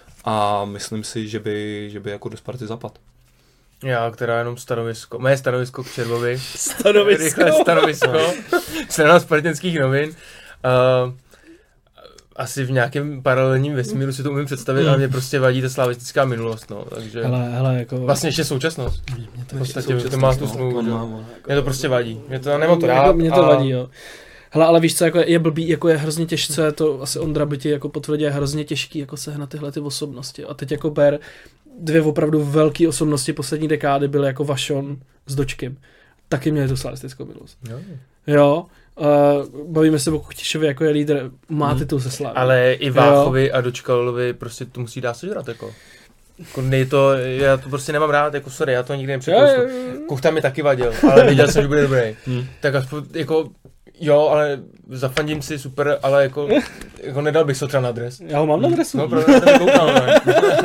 a myslím si, že by, že by jako do Sparty zapad. Já, která jenom stanovisko, moje stanovisko k Červovi. Stanovisko? Rychlé stanovisko. Strana Spartanských novin. Uh, asi v nějakém paralelním vesmíru si to umím představit, mm. ale mě prostě vadí ta slavistická minulost, no, takže... Hele, hele, jako... Vlastně ještě současnost. Mě to v podstatě to má tu smlouvu, no, mě to prostě vadí. Mě to, nemám to rád. Mě to a... vadí, jo. Hele, ale víš co, jako je, je blbý, jako je hrozně těžce, to asi Ondra by ti jako potvrdil, je hrozně těžký jako sehnat tyhle ty osobnosti. A teď jako ber dvě opravdu velké osobnosti poslední dekády byly jako Vašon s Dočkem. Taky měli tu slavistickou minulost. Jo. Jo. Uh, bavíme se o Kuchtišovi, jako je lídr, má titul se Slavy. Ale i Váchovi jo. a Dočkalovi prostě to musí dát sežrat, jako. Jako nej to, já to prostě nemám rád, jako sorry, já to nikdy nepřekoustu. Kuchta mi taky vadil, ale věděl jsem, že bude dobrý. Hmm. Tak aspoň, jako, jo, ale zafandím si, super, ale jako, jako nedal bych se třeba na dres. Já ho mám na dresu. No, protože jsem koukal, ne?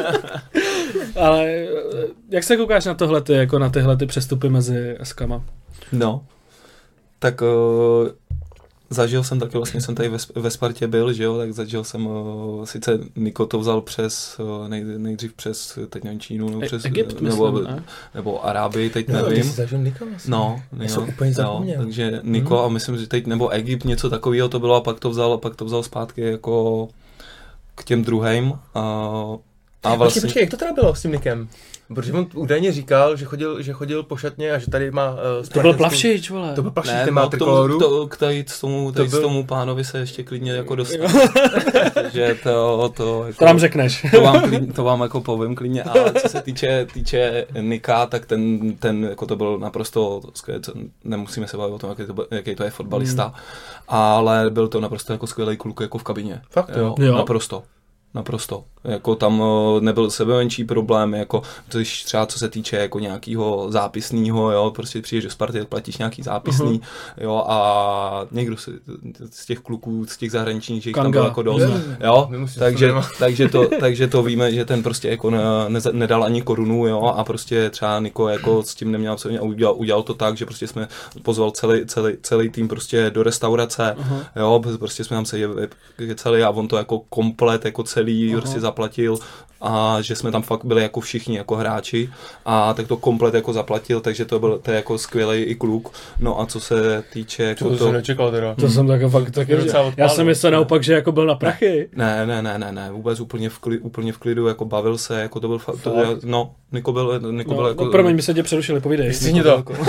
Ale jak se koukáš na tohle, ty, jako na tyhle ty přestupy mezi eskama? No, tak uh, zažil jsem taky, vlastně jsem tady ve, ve Spartě byl, že jo, tak zažil jsem, uh, sice Niko to vzal přes, uh, nej, nejdřív přes, teď nevím, Čínu, nebo přes, Egypt, nebo, myslím, ne? nebo Arábii, teď no, nevím. Ty jsi zažil Niko vlastně? No, já jsem úplně zapomněl. No, takže Niko hmm. a myslím, že teď, nebo Egypt, něco takového to bylo a pak to vzal, a pak to vzal zpátky jako k těm druhým. Uh, A vlastně... Počkej, počkej, jak to teda bylo s tím Nikem? Protože on údajně říkal, že chodil, že chodil po šatně a že tady má... Uh, to byl Plavšič, vole. To byl Plavšič, ne, ten má no, trikoloru. To, k tady k tomu, tady to byl... tomu pánovi se ještě klidně jako dostane. Takže to, to, jako, to nám řekneš. To vám, klidně, to vám jako povím klidně. Ale co se týče, týče Nika, tak ten, ten jako to byl naprosto, nemusíme se bavit o tom, jaký to, jaký to je fotbalista, hmm. ale byl to naprosto jako skvělý kluk jako v kabině. Fakt jo? jo. Naprosto. Naprosto. Jako tam nebyl sebemenší problém, jako když třeba co se týče jako nějakého zápisného, jo, prostě přijdeš do Sparty, tak platíš nějaký zápisný, uh-huh. jo, a někdo si, z těch kluků, z těch zahraničních, že jich tam bylo jako dost, jo, takže, takže, to, takže to víme, že ten prostě jako ne, ne, nedal ani korunu, jo, a prostě třeba Niko jako s tím neměl absolutně a udělal, udělal to tak, že prostě jsme pozval celý, celý, celý tým prostě do restaurace, uh-huh. jo, prostě jsme tam se celý a on to jako komplet, jako celý uh-huh. prostě zaplatil a že jsme tam fakt byli jako všichni jako hráči a tak to komplet jako zaplatil, takže to byl to je jako skvělej i kluk. No a co se týče jako to, to... jsem nečekal teda. To jsem tak fakt taky, já jsem myslel naopak, že jako byl na prachy. Ne, ne, ne, ne, ne, vůbec úplně v, kli, úplně v klidu, jako bavil se, jako to byl fakt, to, no, Niko byl, Niko no, byl jako... No, promiň, my se tě přerušili, povídej. Stihni to. Jako...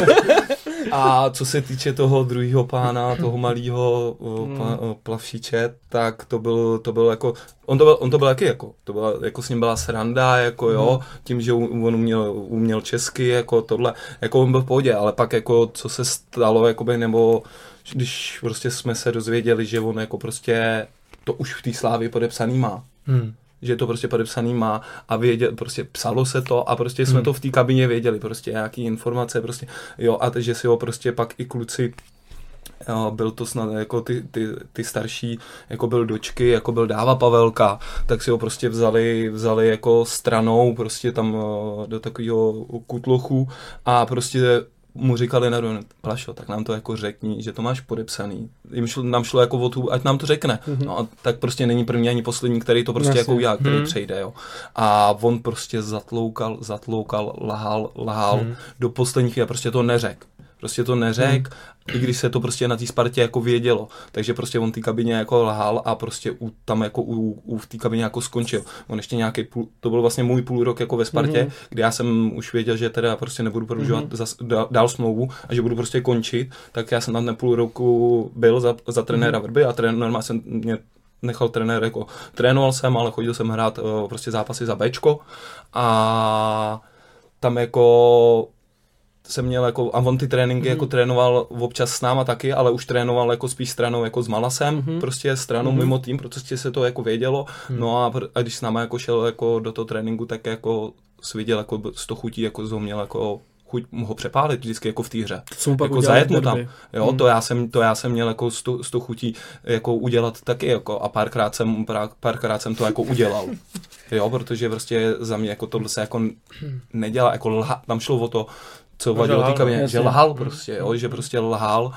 A co se týče toho druhého pána, toho malého hmm. Plavšiče, tak to byl, to byl jako, on to byl, on to byl jaký jako, to byla, jako s ním byla sranda, jako jo, hmm. tím, že on uměl, uměl česky, jako tohle, jako on byl v pohodě, ale pak jako, co se stalo, jakoby, nebo když prostě jsme se dozvěděli, že on jako prostě to už v té Slávii podepsaný má. Hmm. Že to prostě podepsaný má a věděl, prostě psalo se to a prostě jsme hmm. to v té kabině věděli, prostě nějaký informace, prostě jo, a že si ho prostě pak i kluci Jo, byl to snad jako ty, ty, ty starší, jako byl Dočky, jako byl Dáva Pavelka, tak si ho prostě vzali, vzali jako stranou prostě tam do takového kutlochu a prostě mu říkali na rovinu, Plašo, tak nám to jako řekni, že to máš podepsaný. Jim šlo, nám šlo jako o tu, ať nám to řekne. Mm-hmm. No a tak prostě není první ani poslední, který to prostě Jasně. jako udělá, který mm. přejde, jo. A on prostě zatloukal, zatloukal, lhal, lhal mm. do poslední chvíle, prostě to neřekl. Prostě to neřek, hmm. i když se to prostě na té Spartě jako vědělo. Takže prostě on v té kabině jako lhal a prostě u, tam jako u, u, v té kabině jako skončil. On ještě nějaký půl, to byl vlastně můj půl rok jako ve Spartě, hmm. kdy já jsem už věděl, že teda prostě nebudu prodlužovat hmm. zas, dál, dál smlouvu a že budu prostě končit, tak já jsem tam ten půl roku byl za, za trenéra hmm. Vrby a trenér, normálně jsem mě nechal trenér jako, trénoval jsem, ale chodil jsem hrát uh, prostě zápasy za Bčko a tam jako jsem měl jako, a on ty tréninky mm-hmm. jako trénoval občas s náma taky, ale už trénoval jako spíš stranou jako s Malasem, mm-hmm. prostě stranou mm-hmm. mimo tým, protože se to jako vědělo, mm-hmm. no a, a když s náma jako šel jako do toho tréninku, tak jako sviděl jako z toho chutí, jako ho měl jako chuť ho přepálit vždycky jako v té hře. Jako zajet mu tam. Jo, hmm. to, já jsem, to já jsem měl jako s tou chutí jako udělat taky jako a párkrát jsem, párkrát jsem to jako udělal. Jo, protože prostě za mě jako tohle se jako nedělá, jako lha, tam šlo o to, co vadilo té kabině, že lhal prostě, jo, že prostě lhal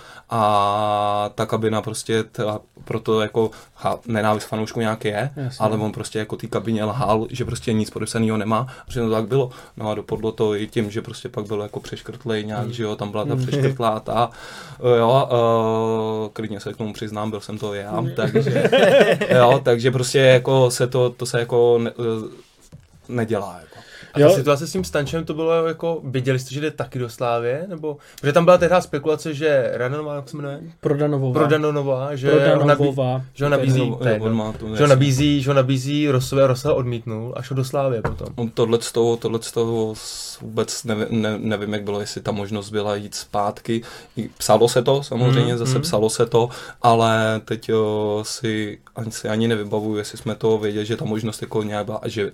a ta kabina prostě, ta, proto jako ha, nenávist fanoušku nějaký je, jasně. ale on prostě jako té kabině lhal, že prostě nic podepsaného nemá, protože to tak bylo. No a dopadlo to i tím, že prostě pak bylo jako přeškrtlej nějak, mm. že jo, tam byla ta přeškrtlá ta, jo, uh, klidně se k tomu přiznám, byl jsem to já, takže, jo, takže prostě jako se to, to se jako ne, nedělá, jako. A ta jo. situace s tím Stančem to bylo jako, viděli jste, že jde taky do Slávie? Nebo, protože tam byla tehdy spekulace, že Radanová, jak se jmenuje? Prodanovová. Prodanová, že Prodanovová. Nabí, že ho nabízí, ten, no, že ho nabízí, že ho nabízí Rosové a Rosa odmítnul a šel do Slávie potom. On tohle z toho, tohle z toho vůbec nevím, ne, nevím, jak bylo, jestli ta možnost byla jít zpátky. Psalo se to, samozřejmě, mm, zase mm. psalo se to, ale teď jo, si, ani, si ani nevybavuju, jestli jsme to věděli, že ta možnost jako nějak byla, že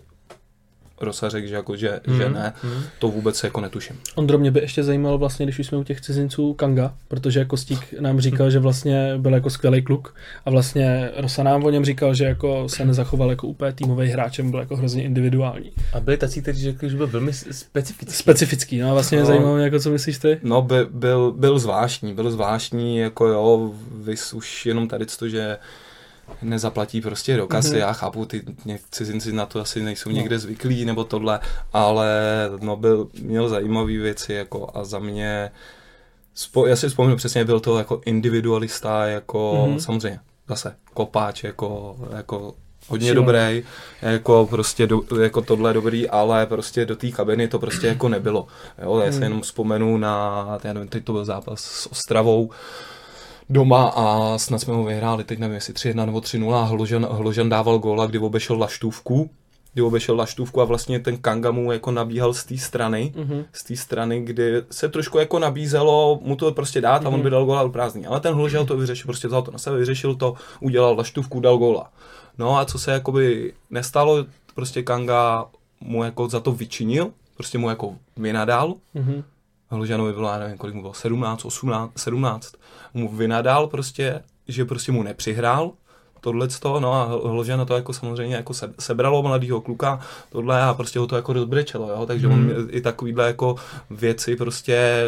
Rosa řekl, že, jako, že, mm, že ne, mm. to vůbec jako netuším. Ondro, mě by ještě zajímalo vlastně, když už jsme u těch cizinců, Kanga, protože Kostík nám říkal, mm. že vlastně byl jako skvělý kluk a vlastně Rosa nám o něm říkal, že jako se nezachoval jako úplně týmový hráčem, byl jako hrozně individuální. A byli tací, kteří řekli, že byl velmi specifický. Specifický, no a vlastně mě no, zajímalo, jako co myslíš ty? No by, byl, byl zvláštní, byl zvláštní, jako jo, vys už jenom tady to, že nezaplatí prostě do kasy, mm-hmm. já chápu, ty cizinci na to asi nejsou no. někde zvyklí nebo tohle, ale no byl, měl zajímavé věci jako a za mě, spo, já si vzpomínám přesně, byl to jako individualista, jako mm-hmm. samozřejmě zase kopáč, jako, jako hodně Šílený. dobrý, jako prostě do, jako tohle dobrý, ale prostě do té kabiny to prostě jako nebylo. Jo, já se jenom vzpomenu na, já nevím, teď to byl zápas s Ostravou, doma a snad jsme ho vyhráli, teď nevím, jestli tři jedna nebo tři nula a Hložan, Hložan dával góla, kdy obešel Laštůvku, kdy obešel Laštůvku a vlastně ten Kanga mu jako nabíhal z té strany, mm-hmm. z té strany, kdy se trošku jako nabízelo mu to prostě dát a on by dal góla do prázdný, ale ten Hložan to vyřešil, prostě vzal to na sebe, vyřešil to, udělal Laštůvku, dal góla. No a co se jakoby nestalo, prostě Kanga mu jako za to vyčinil, prostě mu jako vynadal, mm-hmm. Hložanovi bylo, nevím, kolik mu bylo, sedmnáct, osmnáct, sedmnáct, mu vynadal prostě, že prostě mu nepřihrál tohleto, no a Hložana to jako samozřejmě jako se, sebralo mladýho kluka, tohle a prostě ho to jako rozbrečelo, jo, takže hmm. on i takovýhle jako věci prostě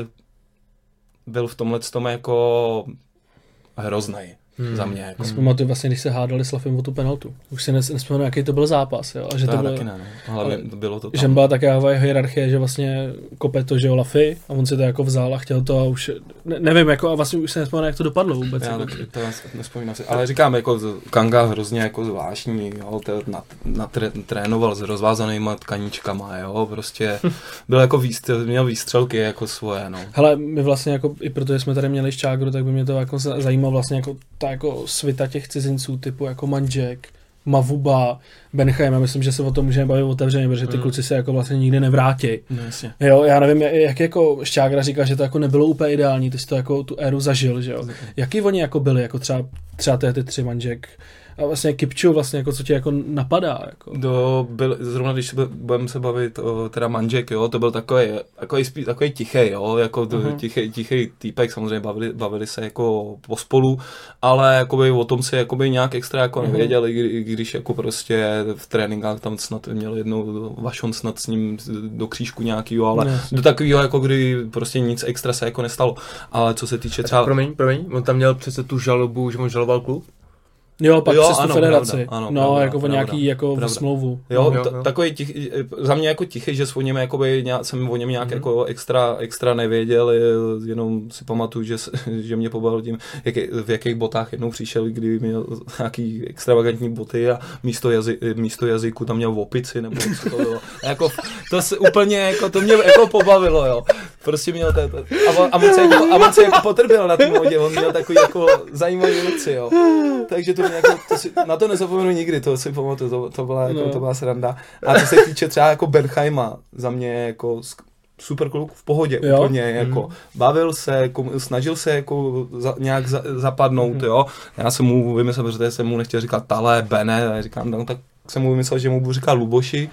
byl v tomhletom jako hroznej. Hmm. Za mě. Jako. Já si pamatuju vlastně, když se hádali s Lafim o tu penaltu. Už si nespomenu, jaký to byl zápas. Jo? A že to, to bylo, taky ne, no. Ale bylo to tam. Že byla taková hierarchie, že vlastně kope to, že jo, Lafy a on si to jako vzal a chtěl to a už, ne, nevím, jako a vlastně už se nespomenu, jak to dopadlo vůbec. Já jako. to nespomínám si. Ale říkám, jako Kanga hrozně jako zvláštní, jo, to na, na tré, trénoval s rozvázanýma tkaníčkama, jo, prostě byl jako výstřel, měl výstřelky jako svoje, no. Hele, my vlastně jako, i protože jsme tady měli Šťágru, tak by mě to jako zajímalo vlastně jako ta jako svita těch cizinců typu jako Mandžek, Mavuba, Benchaim, já myslím, že se o tom můžeme bavit otevřeně, protože ty mm. kluci se jako vlastně nikdy nevrátí. No, jo, já nevím, jak jako Šťágra říká, že to jako nebylo úplně ideální, ty jsi to jako tu éru zažil, že jo. Jaký oni jako byli, jako třeba, třeba ty, ty tři Mandžek, A vlastně Kipču, vlastně jako co tě jako napadá, jako. Do, byl, zrovna když se budeme se bavit o teda Manžek, jo, to byl takový, takový, spíš, takový tichý, jo, jako uh-huh. tichý, tichý týpek, samozřejmě bavili, bavili se jako pospolu, ale jakoby o tom si jakoby nějak extra jako uh-huh. nevěděli, kdy, když jako prostě v tréninkách tam snad měl jednou Vašon snad s ním do křížku nějakýho, ale uh-huh. do takového jako kdy prostě nic extra se jako nestalo, ale co se týče třeba... Promiň, promiň, on tam měl přece tu žalobu, že on žaloval klub? Jo, pak jo, přes tu ano, federaci. Pravda, ano, no, pravda, jako o nějaký jako v smlouvu. Jo, jo, t- jo. takový tichý, za mě jako tichý, že o něm jakoby nějak, jsem o něm nějak mm-hmm. jako extra, extra nevěděl, jenom si pamatuju, že, že mě pobavil tím, jak, v jakých botách jednou přišel, kdy měl nějaký extravagantní boty a místo, jazy, místo jazyku tam měl opici, nebo co to bylo. A jako, to se úplně, jako, to mě jako pobavilo, jo. Prostě měl to, a, a on se jako, a on se jako potrbil na té modě, on měl takový jako zajímavý věci, jo. Takže to mě jako, to si, na to nezapomenu nikdy, to si pamatuju, to, to, byla, jako, no. to byla sranda. A co se týče třeba jako Benheima, za mě jako super kluk v pohodě, jo? Úplně, jako mm. bavil se, jako, snažil se jako za, nějak za, zapadnout, mm. jo. Já jsem mu vymyslel, protože jsem mu nechtěl říkat Tale, Bene, a říkám, no tak jsem mu vymyslel, že mu budu říkat Luboši.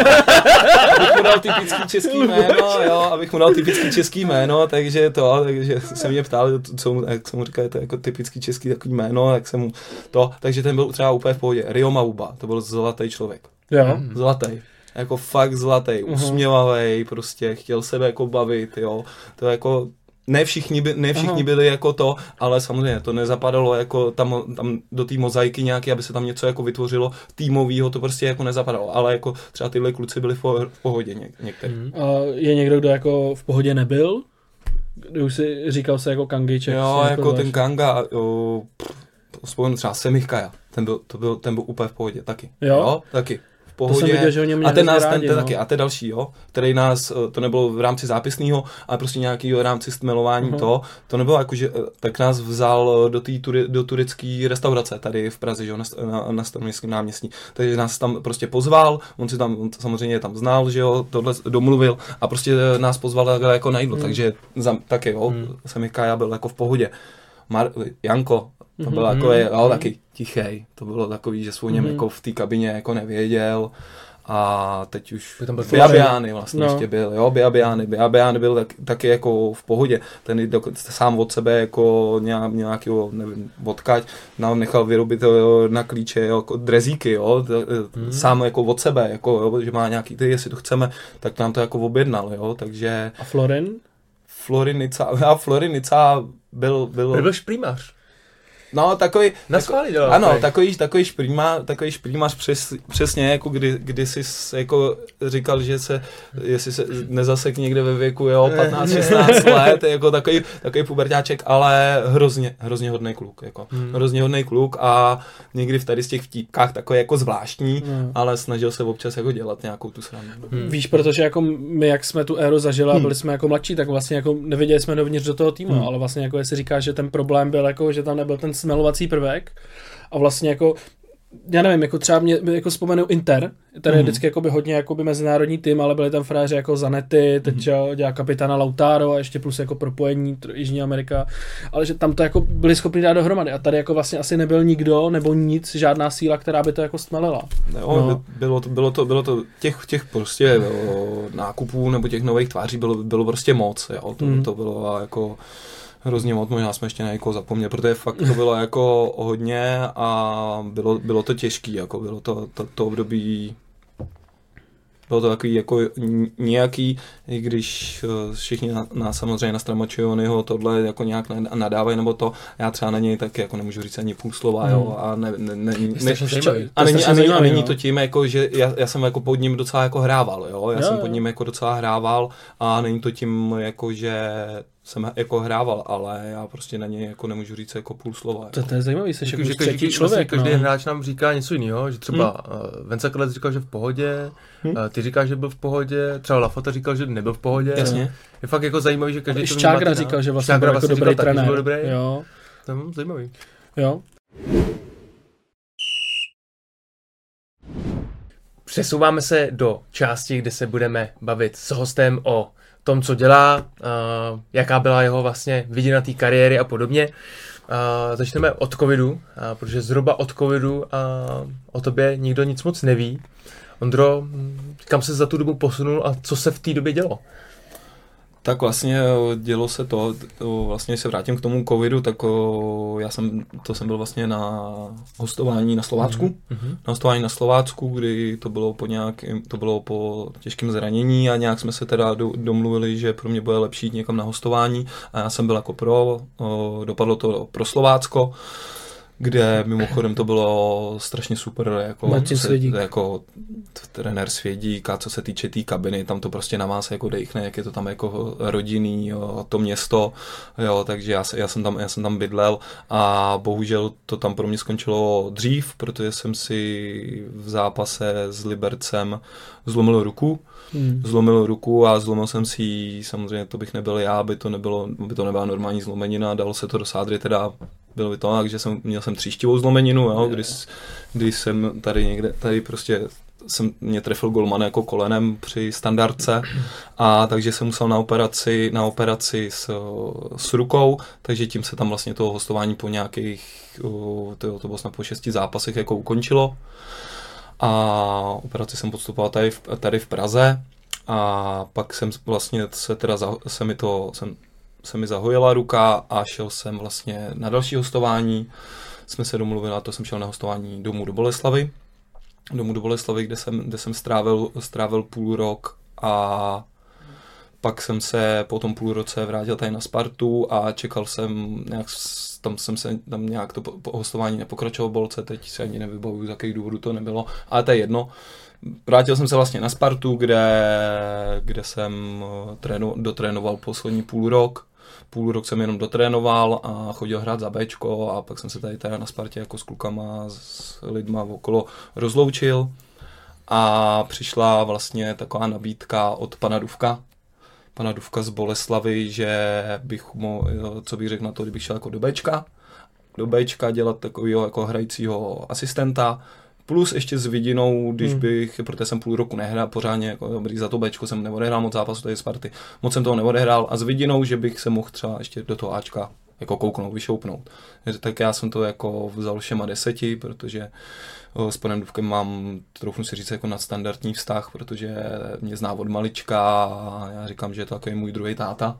Abych mu dal typický český jméno, jo, abych mu dal typický český jméno, takže to, takže se mě ptali, co mu, jak jsem mu říkal, je to jako typický český takový jméno, jak jsem mu to, takže ten byl třeba úplně v pohodě. Rio Mauba, to byl zlatý člověk. Jo. Zlatý. Jako fakt zlatý, uh-huh. usměvavý, prostě chtěl sebe jako bavit, jo. To jako Ne všichni, by, ne všichni byli jako to, ale samozřejmě to nezapadalo jako tam, tam do té mozaiky nějaký, aby se tam něco jako vytvořilo týmovýho, to prostě jako nezapadalo, ale jako třeba tyhle kluci byli v, po, v pohodě něk, některý. Mm. A je někdo, kdo jako v pohodě nebyl? Kdo už si říkal se jako Kangiček? Jo, jako, jako ten Kanga, jo, vzpomenu třeba Semihkaja, ten byl, to byl, ten byl úplně v pohodě, taky. Jo? Jo, taky. Pohodě. To jsem viděl, že oni mě a ten nás, rádi, ten, ten no. taky, a ten další, jo, který nás, to nebylo v rámci zápisného, ale prostě nějakýho rámci stmelování uh-huh. to, to nebylo jako, že tak nás vzal do té do turecké restaurace tady v Praze, že jo, na, na, na Staroměstském náměstí, takže nás tam prostě pozval, on si tam, on samozřejmě tam znal, že jo, tohle domluvil a prostě nás pozval jako na jídlo, uh-huh. takže za, taky, jo, uh-huh. Semihkaja byl jako v pohodě. Mar, Janko, to byl mm-hmm. jako, jo, taky tichej, to bylo takový, že svou něm mm-hmm. jako v té kabině jako nevěděl a teď už Biabiany vlastně no. ještě byl, jo, Biabiany, Biabiany byl tak, taky jako v pohodě, ten sám od sebe jako nějakého, nevím, odkaď, nám nechal vyrobit jo, na klíče jako drezíky, jo, mm. sám jako od sebe, jako, jo, že má nějaký, ty, jestli to chceme, tak nám to jako objednal, jo, takže... A Florin? Florinica, a Florinica byl... byl... Byl šprýmař. No, takový... Na schvály dělal. Ano, takový, takový, šprýma, takový šprýmař přes, přesně, jako kdy, kdy jsi jako říkal, že se, jestli se nezasek někde ve věku, jo, patnáct šestnáct let, jako takový, takový puberťáček, ale hrozně, hrozně hodný kluk, jako, hmm. hrozně hodný kluk a někdy v tady z těch vtípkách takový jako zvláštní, hmm. ale snažil se občas jako dělat nějakou tu srandu. Hmm. Víš, protože jako my, jak jsme tu éru zažili a byli jsme jako mladší, tak vlastně jako neviděli jsme dovnitř do toho týmu, hmm. ale vlastně jako jestli říkáš, že ten problém byl jako, že tam nebyl ten smelovací prvek a vlastně jako já nevím, jako třeba mě jako vzpomenu Inter, tady je mm. vždycky jakoby hodně jakoby mezinárodní tým, ale byli tam frajeři jako Zanetti, teď mm. dělá kapitána Lautaro a ještě plus jako propojení Jižní Amerika, ale že tam to jako byli schopni dát dohromady a tady jako vlastně asi nebyl nikdo nebo nic, žádná síla, která by to jako stmelila. No, no. Bylo to, bylo to, bylo to těch, těch prostě bylo, nákupů nebo těch nových tváří bylo, bylo prostě moc, jo, to, mm. to bylo jako hrozně moc, možná jsme ještě na někoho zapomněli, protože fakt to bylo jako hodně a bylo, bylo to těžký, jako bylo to, to, to období, bylo to takový jako nějaký, i když všichni nás samozřejmě na Stramačionyho tohle jako nějak nadávají, nebo to, já třeba na něj taky jako nemůžu říct ani půl slova, mm. jo, a ne, ne, ne, ne a není, a není, a není to tím, jako, že já, já jsem jako pod ním docela jako hrával, jo, já jo, jsem jo. pod ním jako docela hrával a není to tím, jako, že jsem jako hrával, ale já prostě na něj jako nemůžu říct jako půl slova. Jako. To, to je zajímavý, jsi jako třetí každý, člověk. Každý no. hráč nám říká něco jiného, že třeba hmm. Vence Kalec říkal, že v pohodě, hmm. ty říkáš, že byl v pohodě, třeba Lafota říkal, že nebyl v pohodě. Jasně. Je fakt jako zajímavý, že každý to vnímá. Šťágra říkal, že vlastně byl jako dobrý trenér. Dobrý. Jo. To je zajímavý. Jo. Přesouváme se do části, kde se budeme bavit s hostem o tom, co dělá, uh, jaká byla jeho vlastně viděna té kariéry a podobně. A začneme od covidu, a protože zhruba od covidu a o tobě nikdo nic moc neví. Ondro, kam se za tu dobu posunul a co se v té době dělo? Tak vlastně dělo se to, vlastně když se vrátím k tomu covidu, tak já jsem, to jsem byl vlastně na hostování na Slovácku, mm-hmm. na hostování na Slovácku, kdy to bylo po nějakým, to bylo po těžkém zranění a nějak jsme se teda do, domluvili, že pro mě bude lepší jít někam na hostování a já jsem byl jako pro, dopadlo to pro Slovácko, kde mimochodem to bylo strašně super, jako, se, jako trenér Svědík a co se týče té tý kabiny, tam to prostě na vás jako dejchne, jak je to tam jako rodinný, jo, to město, jo, takže já, já, jsem tam, já jsem tam bydlel a bohužel to tam pro mě skončilo dřív, protože jsem si v zápase s Libercem zlomil ruku, Hmm. zlomil ruku a zlomil jsem si ji, samozřejmě to bych nebyl já, aby to nebylo, aby to nebyla normální zlomenina, dalo se to do sádry, teda bylo by to, takže jsem, měl jsem tříštivou zlomeninu, jo, když, když jsem tady někde, tady prostě jsem, mě trefil golman jako kolenem při standardce a takže jsem musel na operaci, na operaci s, s rukou, takže tím se tam vlastně toho hostování po nějakých, to, to bylo snad po šesti zápasech jako ukončilo. A operaci jsem podstupoval tady v, tady v Praze a pak jsem vlastně se teda za, se mi to jsem, se mi zahojila ruka a šel jsem vlastně na další hostování. Jsme se domluvili, a to jsem šel na hostování domů do Boleslavy. Domů do Boleslavy, kde jsem, kde jsem strávil, strávil půl rok a pak jsem se po tom půl roce vrátil tady na Spartu a čekal jsem nějak, tam jsem se, tam nějak to po, po hostování nepokračovalo v Bolce, teď se ani nevybavuju, z jakých důvodů to nebylo, ale to je jedno. Vrátil jsem se vlastně na Spartu, kde, kde jsem trénu, dotrénoval poslední půl rok. Půl rok jsem jenom dotrénoval a chodil hrát za Bčko a pak jsem se tady, tady na Spartě jako s klukama, s lidma okolo rozloučil a přišla vlastně taková nabídka od pana Dufka, pana Dufka z Boleslavy, že bych mu, co bych řekl na to, kdybych šel jako do Bčka, do Bčka dělat takového jako hrajícího asistenta, plus ještě s vidinou, když hmm. bych, protože jsem půl roku nehrál pořádně, jako dobrý, za to Bčko jsem neodehrál moc zápasu tady Sparty, moc jsem toho neodehrál a s vidinou, že bych se mohl třeba ještě do toho Ačka jako kouknout, vyšoupnout. Tak já jsem to jako vzal všema deseti, protože s panem Dufkem mám, troufnu si říct, jako nadstandardní vztah, protože mě zná od malička a já říkám, že je to takový můj druhý táta.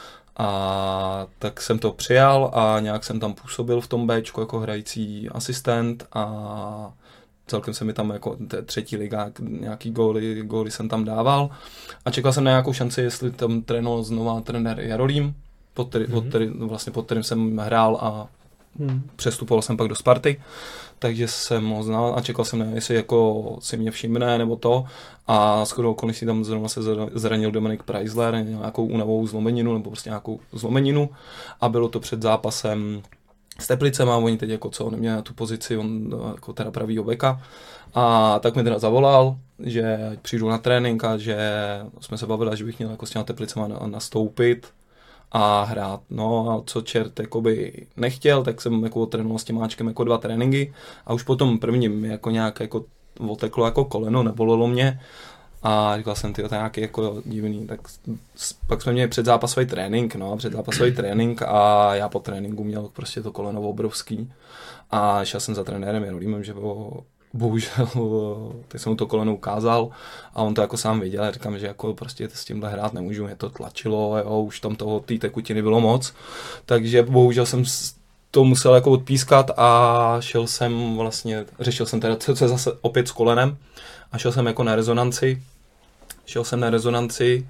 A tak jsem to přijal a nějak jsem tam působil v tom Bčku jako hrající asistent a celkem se mi tam jako třetí liga, nějaký góly, góly jsem tam dával a čekal jsem na nějakou šanci, jestli tam trénoval znova trenér Jarolím, pod, který, mm-hmm. pod, který, vlastně pod kterým jsem hrál a mm. přestupoval jsem pak do Sparty, takže jsem ho znal a čekal jsem, nevím, jestli jako si mě všimne nebo to a shodou okolností tam zrovna se zranil Dominik Preisler, nějakou únavou zlomeninu nebo prostě nějakou zlomeninu a bylo to před zápasem s Teplicem a oni teď jako co, neměli na tu pozici, on jako teda pravýho beka a tak mi teda zavolal, že přijdu na trénink a že jsme se bavili, že bych měl jako s těma Teplicema nastoupit a hrát. No a co čert jakoby nechtěl, tak jsem jako trénoval s tím Máčkem jako dva tréninky a už potom prvním jako nějak jako oteklo jako koleno, nebolelo mě a říkal jsem, tyjo, to je nějaký jako divný, tak pak jsme měli předzápasový trénink, no, předzápasový trénink a já po tréninku měl prostě to koleno obrovský a šel jsem za trenérem Jarolímem, že bylo bohužel, teď jsem mu to koleno ukázal a on to jako sám viděl, já říkám, že jako prostě s tímhle hrát nemůžu, mě to tlačilo, jo, už tam toho, té tekutiny bylo moc, takže bohužel jsem to musel jako odpískat a šel jsem vlastně, řešil jsem teda, co je zase opět s kolenem a šel jsem jako na rezonanci, šel jsem na rezonanci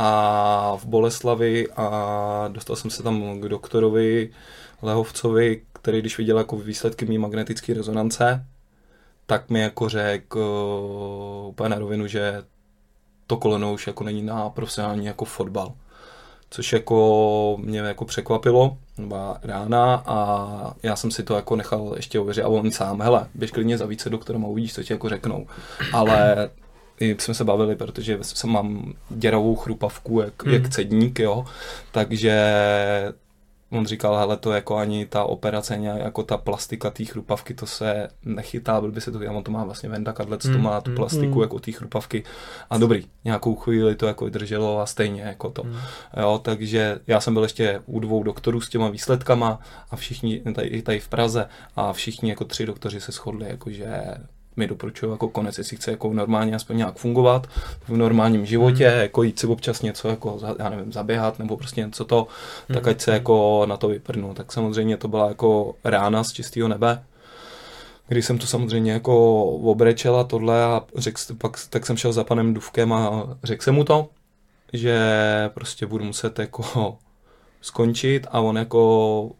a v Boleslavi a dostal jsem se tam k doktorovi Lehovcovi, který když viděl jako výsledky mý magnetické rezonance, tak mi jako řekl uh, úplně na rovinu, že to koleno už jako není na profesionální jako fotbal. Což jako mě jako překvapilo, byla rána a já jsem si to jako nechal ještě ověřit a on sám, hele, běž klidně za více doktorem a uvidíš, co ti jako řeknou. Ale jsme se bavili, protože jsem mám děravou chrupavku jak, hmm. jak cedník, jo, takže on říkal, hele, to jako ani ta operace, jako ta plastika té chrupavky, to se nechytá, byl by se to, on to má vlastně Venda Kadlec, mm, to má tu plastiku mm. jako té chrupavky a dobrý, nějakou chvíli to jako drželo a stejně jako to. Mm. Jo, takže já jsem byl ještě u dvou doktorů s těma výsledkama a všichni, tady, tady v Praze, a všichni jako tři doktoři se shodli, jakože mi doporučují jako konec, jestli chce jako normálně aspoň nějak fungovat v normálním životě, mm. jako jít si občas něco jako, já nevím, zaběhat nebo prostě něco to, mm. tak ať se jako na to vyprdnu. Tak samozřejmě to byla jako rána z čistého nebe, když jsem to samozřejmě jako obrečel a tohle a řekl, pak, tak jsem šel za panem Dufkem a řekl jsem mu to, že prostě budu muset jako skončit a on jako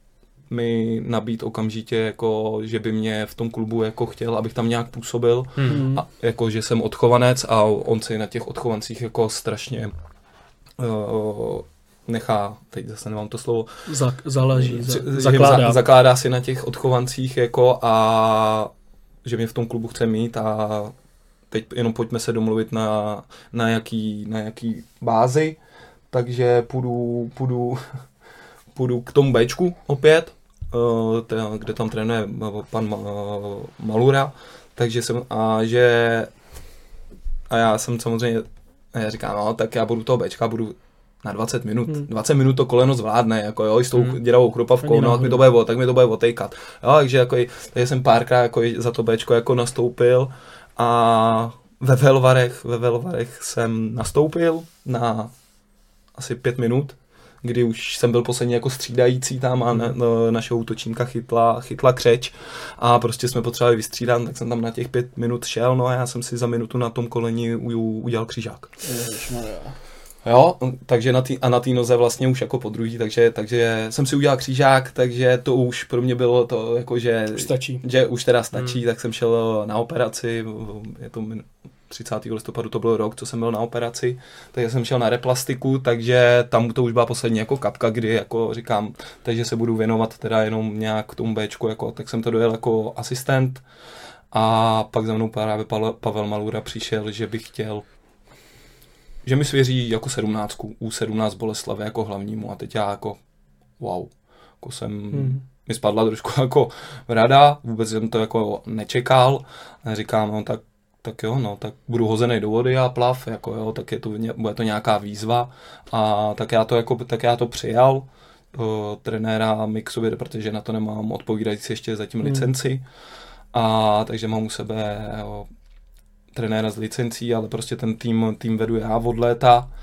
mi nabít okamžitě, jako, že by mě v tom klubu jako chtěl, abych tam nějak působil, mm. a jako, že jsem odchovanec a on si na těch odchovancích jako strašně uh, nechá, teď zase nemám to slovo, Zak, záleží, za, zakládá. Za, zakládá si na těch odchovancích jako a že mě v tom klubu chce mít a teď jenom pojďme se domluvit na, na, jaký, na jaký bázi, takže půjdu, půjdu, půjdu k tomu Bčku opět, kde tam trénuje pan Malura, takže jsem, a že, a já jsem samozřejmě, a já říkám, no, tak já budu toho Bčka, budu na dvacet minut, hmm. dvacet minut to koleno zvládne, jako jo, i s tou hmm. děravou chrupavkou, no, tak mi to bude, tak mi to bude otejkat, jo, takže jako, takže jsem párkrát jako za to Bčko jako nastoupil a ve Velvarech, ve Velvarech jsem nastoupil na asi pět minut, kdy už jsem byl poslední jako střídající tam a na, na, naše útočníka chytla, chytla křeč a prostě jsme potřebovali vystřídat, tak jsem tam na těch pět minut šel, no a já jsem si za minutu na tom koleni u, udělal křížák. Jo, takže na tý, a na té noze vlastně už jako po druhý, takže, takže jsem si udělal křížák, takže to už pro mě bylo to jako, že už stačí, že už teda stačí, hmm. tak jsem šel na operaci, je to třicátého listopadu to byl rok, co jsem byl na operaci, takže jsem šel na replastiku, takže tam to už byla poslední jako kapka, kdy jako říkám, takže se budu věnovat teda jenom nějak k tomu Bčku, jako, tak jsem to dojel jako asistent a pak za mnou právě Pavel Malura přišel, že bych chtěl, že mi svěří jako sedmnáctku, U sedmnáct Boleslavy jako hlavnímu a teď já jako wow, jako jsem, hmm. mi spadla trošku jako rada, vůbec jsem to jako nečekal a říkám, no tak tak jo, no, tak budu hozený do vody a plav, jako jo, tak je to, bude to nějaká výzva a tak já to jako, tak já to přijal, o, trenéra mi k sobě, protože na to nemám odpovídající ještě zatím hmm. licenci a takže mám u sebe o, trenéra s licencí, ale prostě ten tým, tým vedu já od léta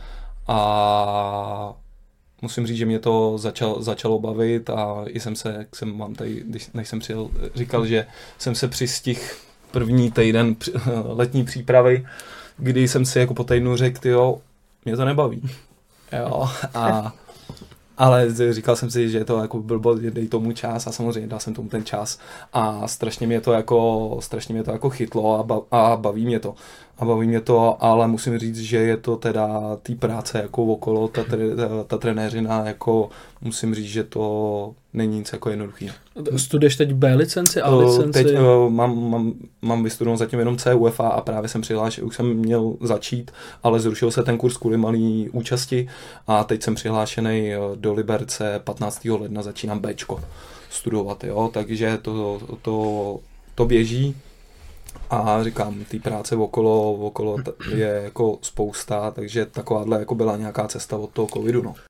a musím říct, že mě to začal, začalo bavit a i jsem se, jak jsem vám tady, když, než jsem přijel, říkal, že jsem se přistihl první týden letní přípravy, kdy jsem si jako po týdnu řekl, tyjo, mě to nebaví. Jo, a, ale říkal jsem si, že je to jako blbost, dej tomu čas a samozřejmě dal jsem tomu ten čas a strašně mě to jako, strašně mě to jako chytlo a, ba, a baví mě to. A baví mě to, ale musím říct, že je to teda té práce jako okolo, ta, ta, ta trenéřina, jako musím říct, že to není nic jako jednoduchý. Studuješ teď B licenci, A licenci? Teď uh, mám, mám, mám vystudovat zatím jenom C U F A a právě jsem přihlášen, už jsem měl začít, ale zrušil se ten kurz kvůli malý účasti a teď jsem přihlášený do Liberce, patnáctého ledna začínám Bčko studovat, jo, takže to, to, to běží. A říkám, té práce okolo, okolo je jako spousta, takže takováhle jako byla nějaká cesta od toho covidu, no.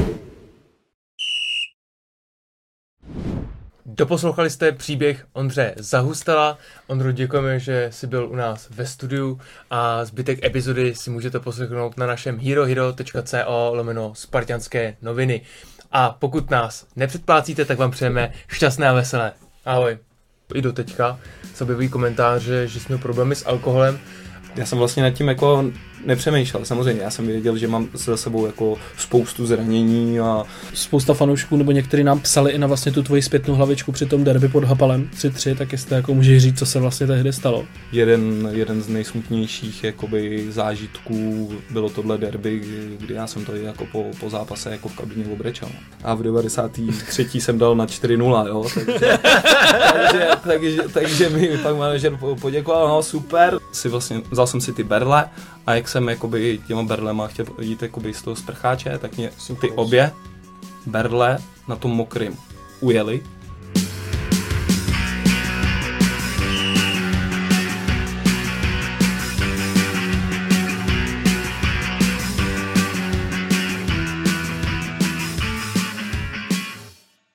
Doposlouchali jste příběh Ondřeje Zahustala. Ondro, děkujeme, že jsi byl u nás ve studiu a zbytek epizody si můžete poslechnout na našem herohero tečka co lomeno spartanské noviny. A pokud nás nepředplácíte, tak vám přejeme šťastné a veselé. Ahoj. I do teďka se objevují komentáře, že jsme měli problémy s alkoholem. Já jsem vlastně nad tím jako nepřemýšlel, samozřejmě, já jsem věděl, že mám za sebou jako spoustu zranění a... Spousta fanoušků, nebo někteří nám psali i na vlastně tu tvoji zpětnou hlavičku při tom derby pod Hapalem tři tři, tak jestli jako můžeš říct, co se vlastně tehdy stalo. Jeden, jeden z nejsmutnějších jakoby zážitků bylo tohle derby, kdy, kdy já jsem to jako po, po zápase jako v kabině obrečel. A v devadesáté třetí jsem dal na čtyři nula, jo, takže, takže, takže, takže mi pak manažer poděkoval, no super, si vlastně, vzal jsem si ty berle a jak jsem jakoby těma berlema chtěl jít jakoby z toho sprcháče, tak mě ty obě berle na tom mokrým ujeli,